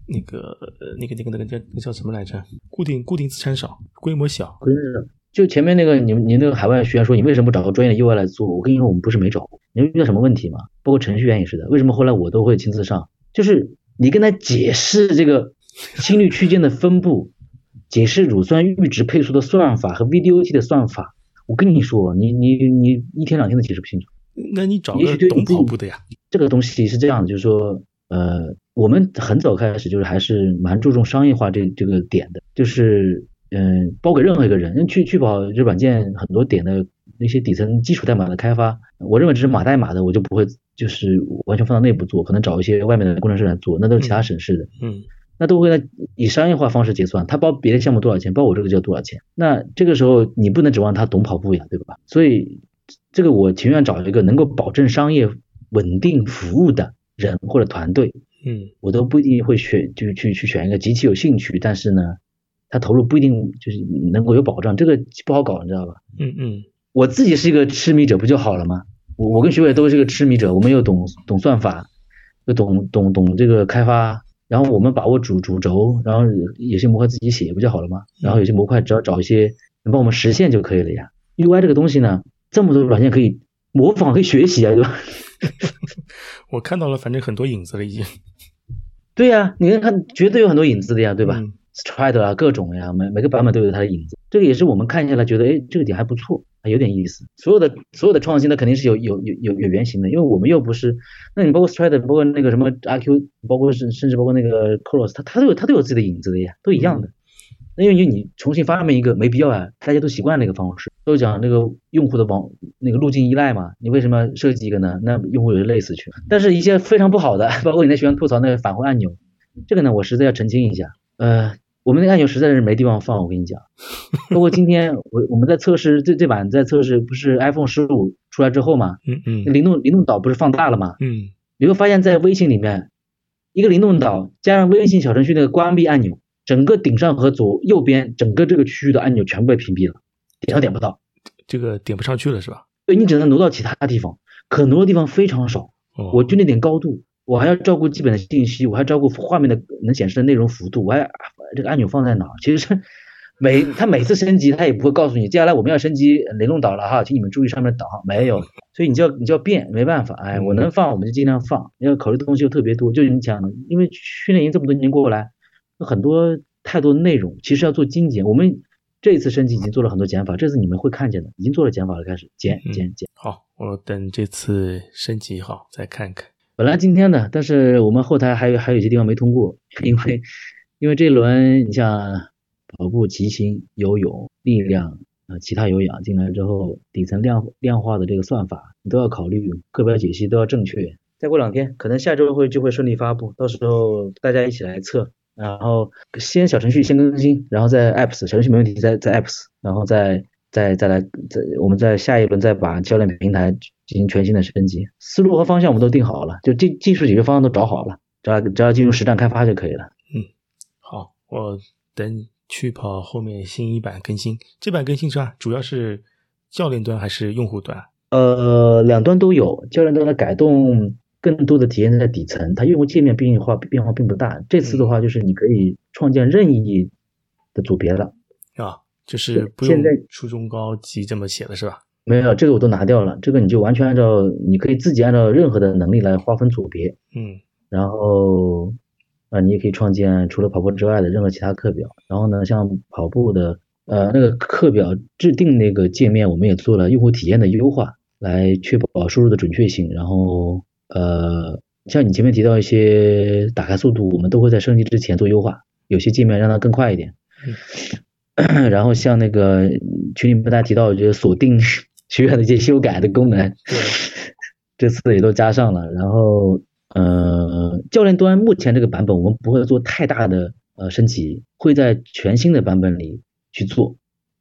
叫什么来着？固定资产少，规模小。 就前面那个你那个海外学员说你为什么不找个专业的 UI 来做？我跟你说我们不是没找，你遇到什么问题吗？包括程序员也是的，为什么后来我都会亲自上？就是你跟他解释这个心率区间的分布，解释乳酸阈值配速的算法和 VDOT 的算法，我跟你说，你一天两天都解释不清楚。 那你找个懂跑步的呀。这个东西是这样的，就是说，我们很早开始就是还是蛮注重商业化这个点的，就是包给任何一个人，因为去跑这软件很多点的那些底层基础代码的开发，我认为只是码代码的，我就不会就是完全放到内部做，可能找一些外面的工程师来做，那都是其他省市的，那都会以商业化方式结算，他包别的项目多少钱，包我这个就要多少钱，那这个时候你不能指望他懂跑步呀，对吧？所以这个我情愿找一个能够保证商业稳定服务的人或者团队，我都不一定会选就去选一个极其有兴趣，但是呢，他投入不一定就是能够有保障，这个不好搞，你知道吧？我自己是一个痴迷者不就好了吗？我跟徐伟都是个痴迷者，我们又懂算法，又懂这个开发，然后我们把握主轴，然后有些模块自己写不就好了吗？然后有些模块只要找一些能帮我们实现就可以了呀。UI 这个东西呢，这么多软件可以模仿可以学习啊，对吧？ 我看到了，反正很多影子了已经。 对呀，你看绝对有很多影子的呀，对吧？Stride 啊，各种呀，每个版本都有它的影子。这个也是我们看下来觉得，哎，这个点还不错，还有点意思。所有的创新，它肯定是有原型的，因为我们又不是，那你包括 Stride，包括那个什么 RQ， 包括甚至包括那个 Coros， 它都有自己的影子的呀，都一样的。那因为你重新发明一个没必要啊，大家都习惯那个方式，都讲那个用户的那个路径依赖嘛，你为什么设计一个呢？那用户有累死去。但是一些非常不好的，包括你在学员吐槽那个返回按钮，这个呢我实在要澄清一下，我们那个按钮实在是没地方放，我跟你讲。包括今天我们在测试这版在测试，不是 iPhone 15出来之后嘛，灵动岛不是放大了嘛，你会发现在微信里面一个灵动岛加上微信小程序那个关闭按钮，整个顶上和右边整个这个区域的按钮全部被屏蔽了，点不到， 这个点不上去了是吧？ 对，你只能挪到其他地方，可挪的地方非常少。我就那点高度，我还要照顾基本的信息，我还要照顾画面的能显示的内容幅度，我还这个按钮放在哪？其实他每次升级他也不会告诉你，接下来我们要升级灵动岛了哈，请你们注意上面的导航，没有，所以你就要变，没办法，哎，我能放我们就尽量放，要考虑的东西又特别多，就是你讲的，因为训练营这么多年过来，很多太多的内容，其实要做精简。我们这一次升级已经做了很多减法，这次你们会看见的，已经做了减法了，开始减。 好，我等这次升级好再看看。 本来今天的，但是我们后台还有一些地方没通过，因为这一轮你像跑步、骑行、游泳、力量其他有氧进来之后，底层量化的这个算法你都要考虑，课表解析都要正确。再过2天，可能下周就会顺利发布，到时候大家一起来测。然后先小程序先更新，然后再 apps 小程序没问题，再 apps， 然后再来我们在下一轮再把教练平台进行全新的升级，思路和方向我们都定好了，就技术解决方案都找好了，只要进入实战开发就可以了。 好，我等去跑后面新一版更新，这版更新是吧？主要是教练端还是用户端？ 两端都有，教练端的改动更多的体现在底层，它用户界面变化并不大。这次的话就是你可以创建任意的组别了就是不用初中高级这么写了是吧？ 没有，这个我都拿掉了，这个你就完全你可以自己按照任何的能力来划分组别。然后你也可以创建除了跑步之外的任何其他课表。然后呢，像跑步的那个课表制定那个界面，我们也做了用户体验的优化，来确保输入的准确性。然后像你前面提到一些打开速度，我们都会在升级之前做优化，有些界面让它更快一点。然后像那个群里面大家提到，我觉得锁定学员的一些修改的功能，这次也都加上了。然后教练端目前这个版本我们不会做太大的升级，会在全新的版本里去做。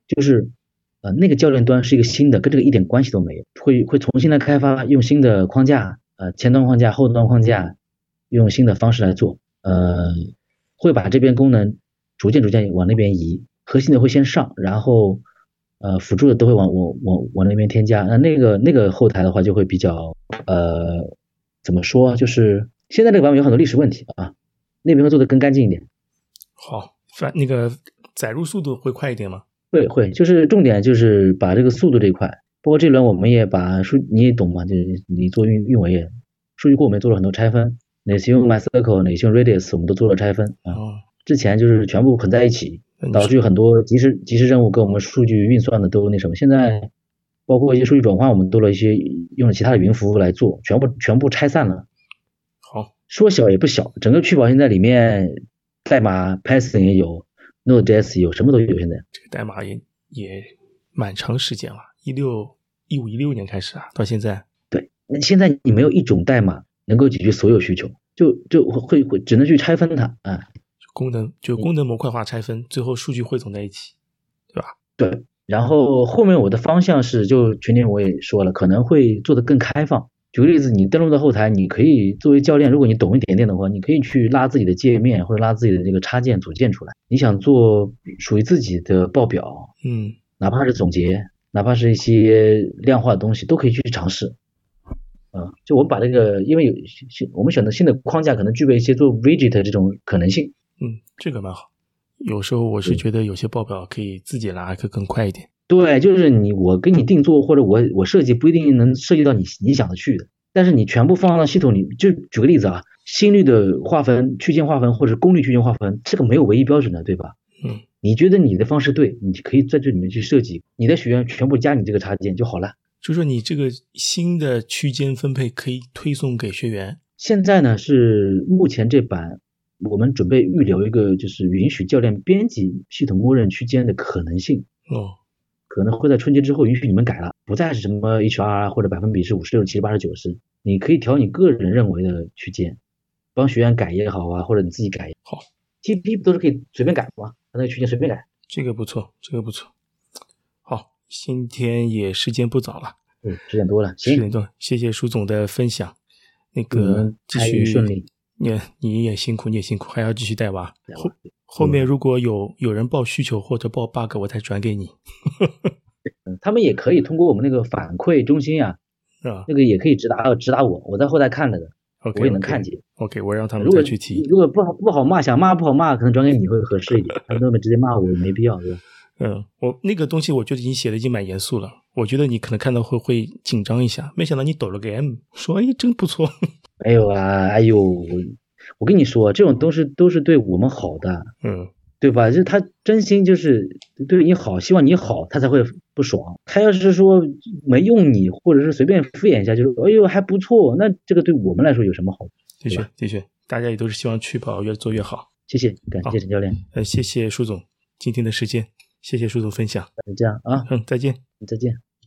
就是那个教练端是一个新的，跟这个一点关系都没有，会重新来开发，用新的框架，前端框架、后端框架，用新的方式来做，会把这边功能逐渐往那边移，核心的会先上，然后辅助的都会往那边添加。那个后台的话就会比较怎么说，就是现在这个版本有很多历史问题啊，那边会做的更干净一点。 好，那个载入速度会快一点吗？ 会，就是重点就是把这个速度这一块，包括这轮我们也把你也懂嘛，就是你做运维也数据库我们也做了很多拆分，哪些用 MySQL， 哪些用 Redis， 我们都做了拆分啊。之前就是全部混在一起，导致有很多即时任务跟我们数据运算的都那什么。现在包括一些数据转换，我们用了其他的云服务来做，全部拆散了。 好， 说小也不小，整个趣宝现在里面代码 Python 也有，Node.js 也有，什么都有。现在这个代码也蛮长时间了，15、16年开始啊，到现在。 对，那现在你没有一种代码能够解决所有需求，就会只能去拆分它啊。 功能模块化拆分，最后数据汇总在一起，对吧？ 对，然后后面我的方向是，就群里我也说了，可能会做得更开放。举个例子，你登录到后台，你可以作为教练，如果你懂一点点的话，你可以去拉自己的界面或者拉自己的这个插件组件出来。你想做属于自己的报表，哪怕是总结，哪怕是一些量化的东西，都可以去尝试。就我们把这个，因为我们选择新的框架，可能具备一些做 widget 这种可能性。 这个蛮好。有时候我是觉得有些报表可以自己拉，可更快一点。 对，就是我给你定做或者我设计不一定能涉及到你想的去的，但是你全部放到系统里，就举个例子啊，心率的划分、区间划分或者功率区间划分，这个没有唯一标准的，对吧？你觉得你的方式对，你可以在这里面去设计，你的学员全部加你这个插件就好了。 就说你这个新的区间分配可以推送给学员。 现在呢是目前这版我们准备预留一个就是允许教练编辑系统默认区间的可能性。可能会在春节之后允许你们改了，不再是什么 HR 或者百分比是56、70、80、90，你可以调你个人认为的区间，帮学员改也好啊，或者你自己改也好。TP 不都是可以随便改吗？那个区间随便改。 这个不错。好，今天也时间不早了 ，10点多了，行 ，10点多，谢谢舒总的分享。那个继续顺利， 你也辛苦，还要继续带娃。后面如果有人报需求或者报 bug， 我再转给你。 他们也可以通过我们那个反馈中心啊，那个也可以直达我在后台看了的，我也能看见。 OK， 我让他们再去提。 如果不好骂，想骂不好骂，可能转给你会合适一点。他们直接骂我没必要，对吧？ 我那个东西我觉得你写的已经蛮严肃了，我觉得你可能看到会紧张一下，没想到你抖了个 M， 说真不错。 哎呦，我跟你说，这种都是对我们好的，对吧？就是他真心就是对你好，希望你好，他才会不爽。他要是说没用你，或者是随便敷衍一下，就是哎呦还不错，那这个对我们来说有什么好？ 的确，大家也都是希望趣跑越做越好。 谢谢，感谢陈教练。 谢谢舒总今天的时间，谢谢舒总分享。 这样啊， 再见。 再见。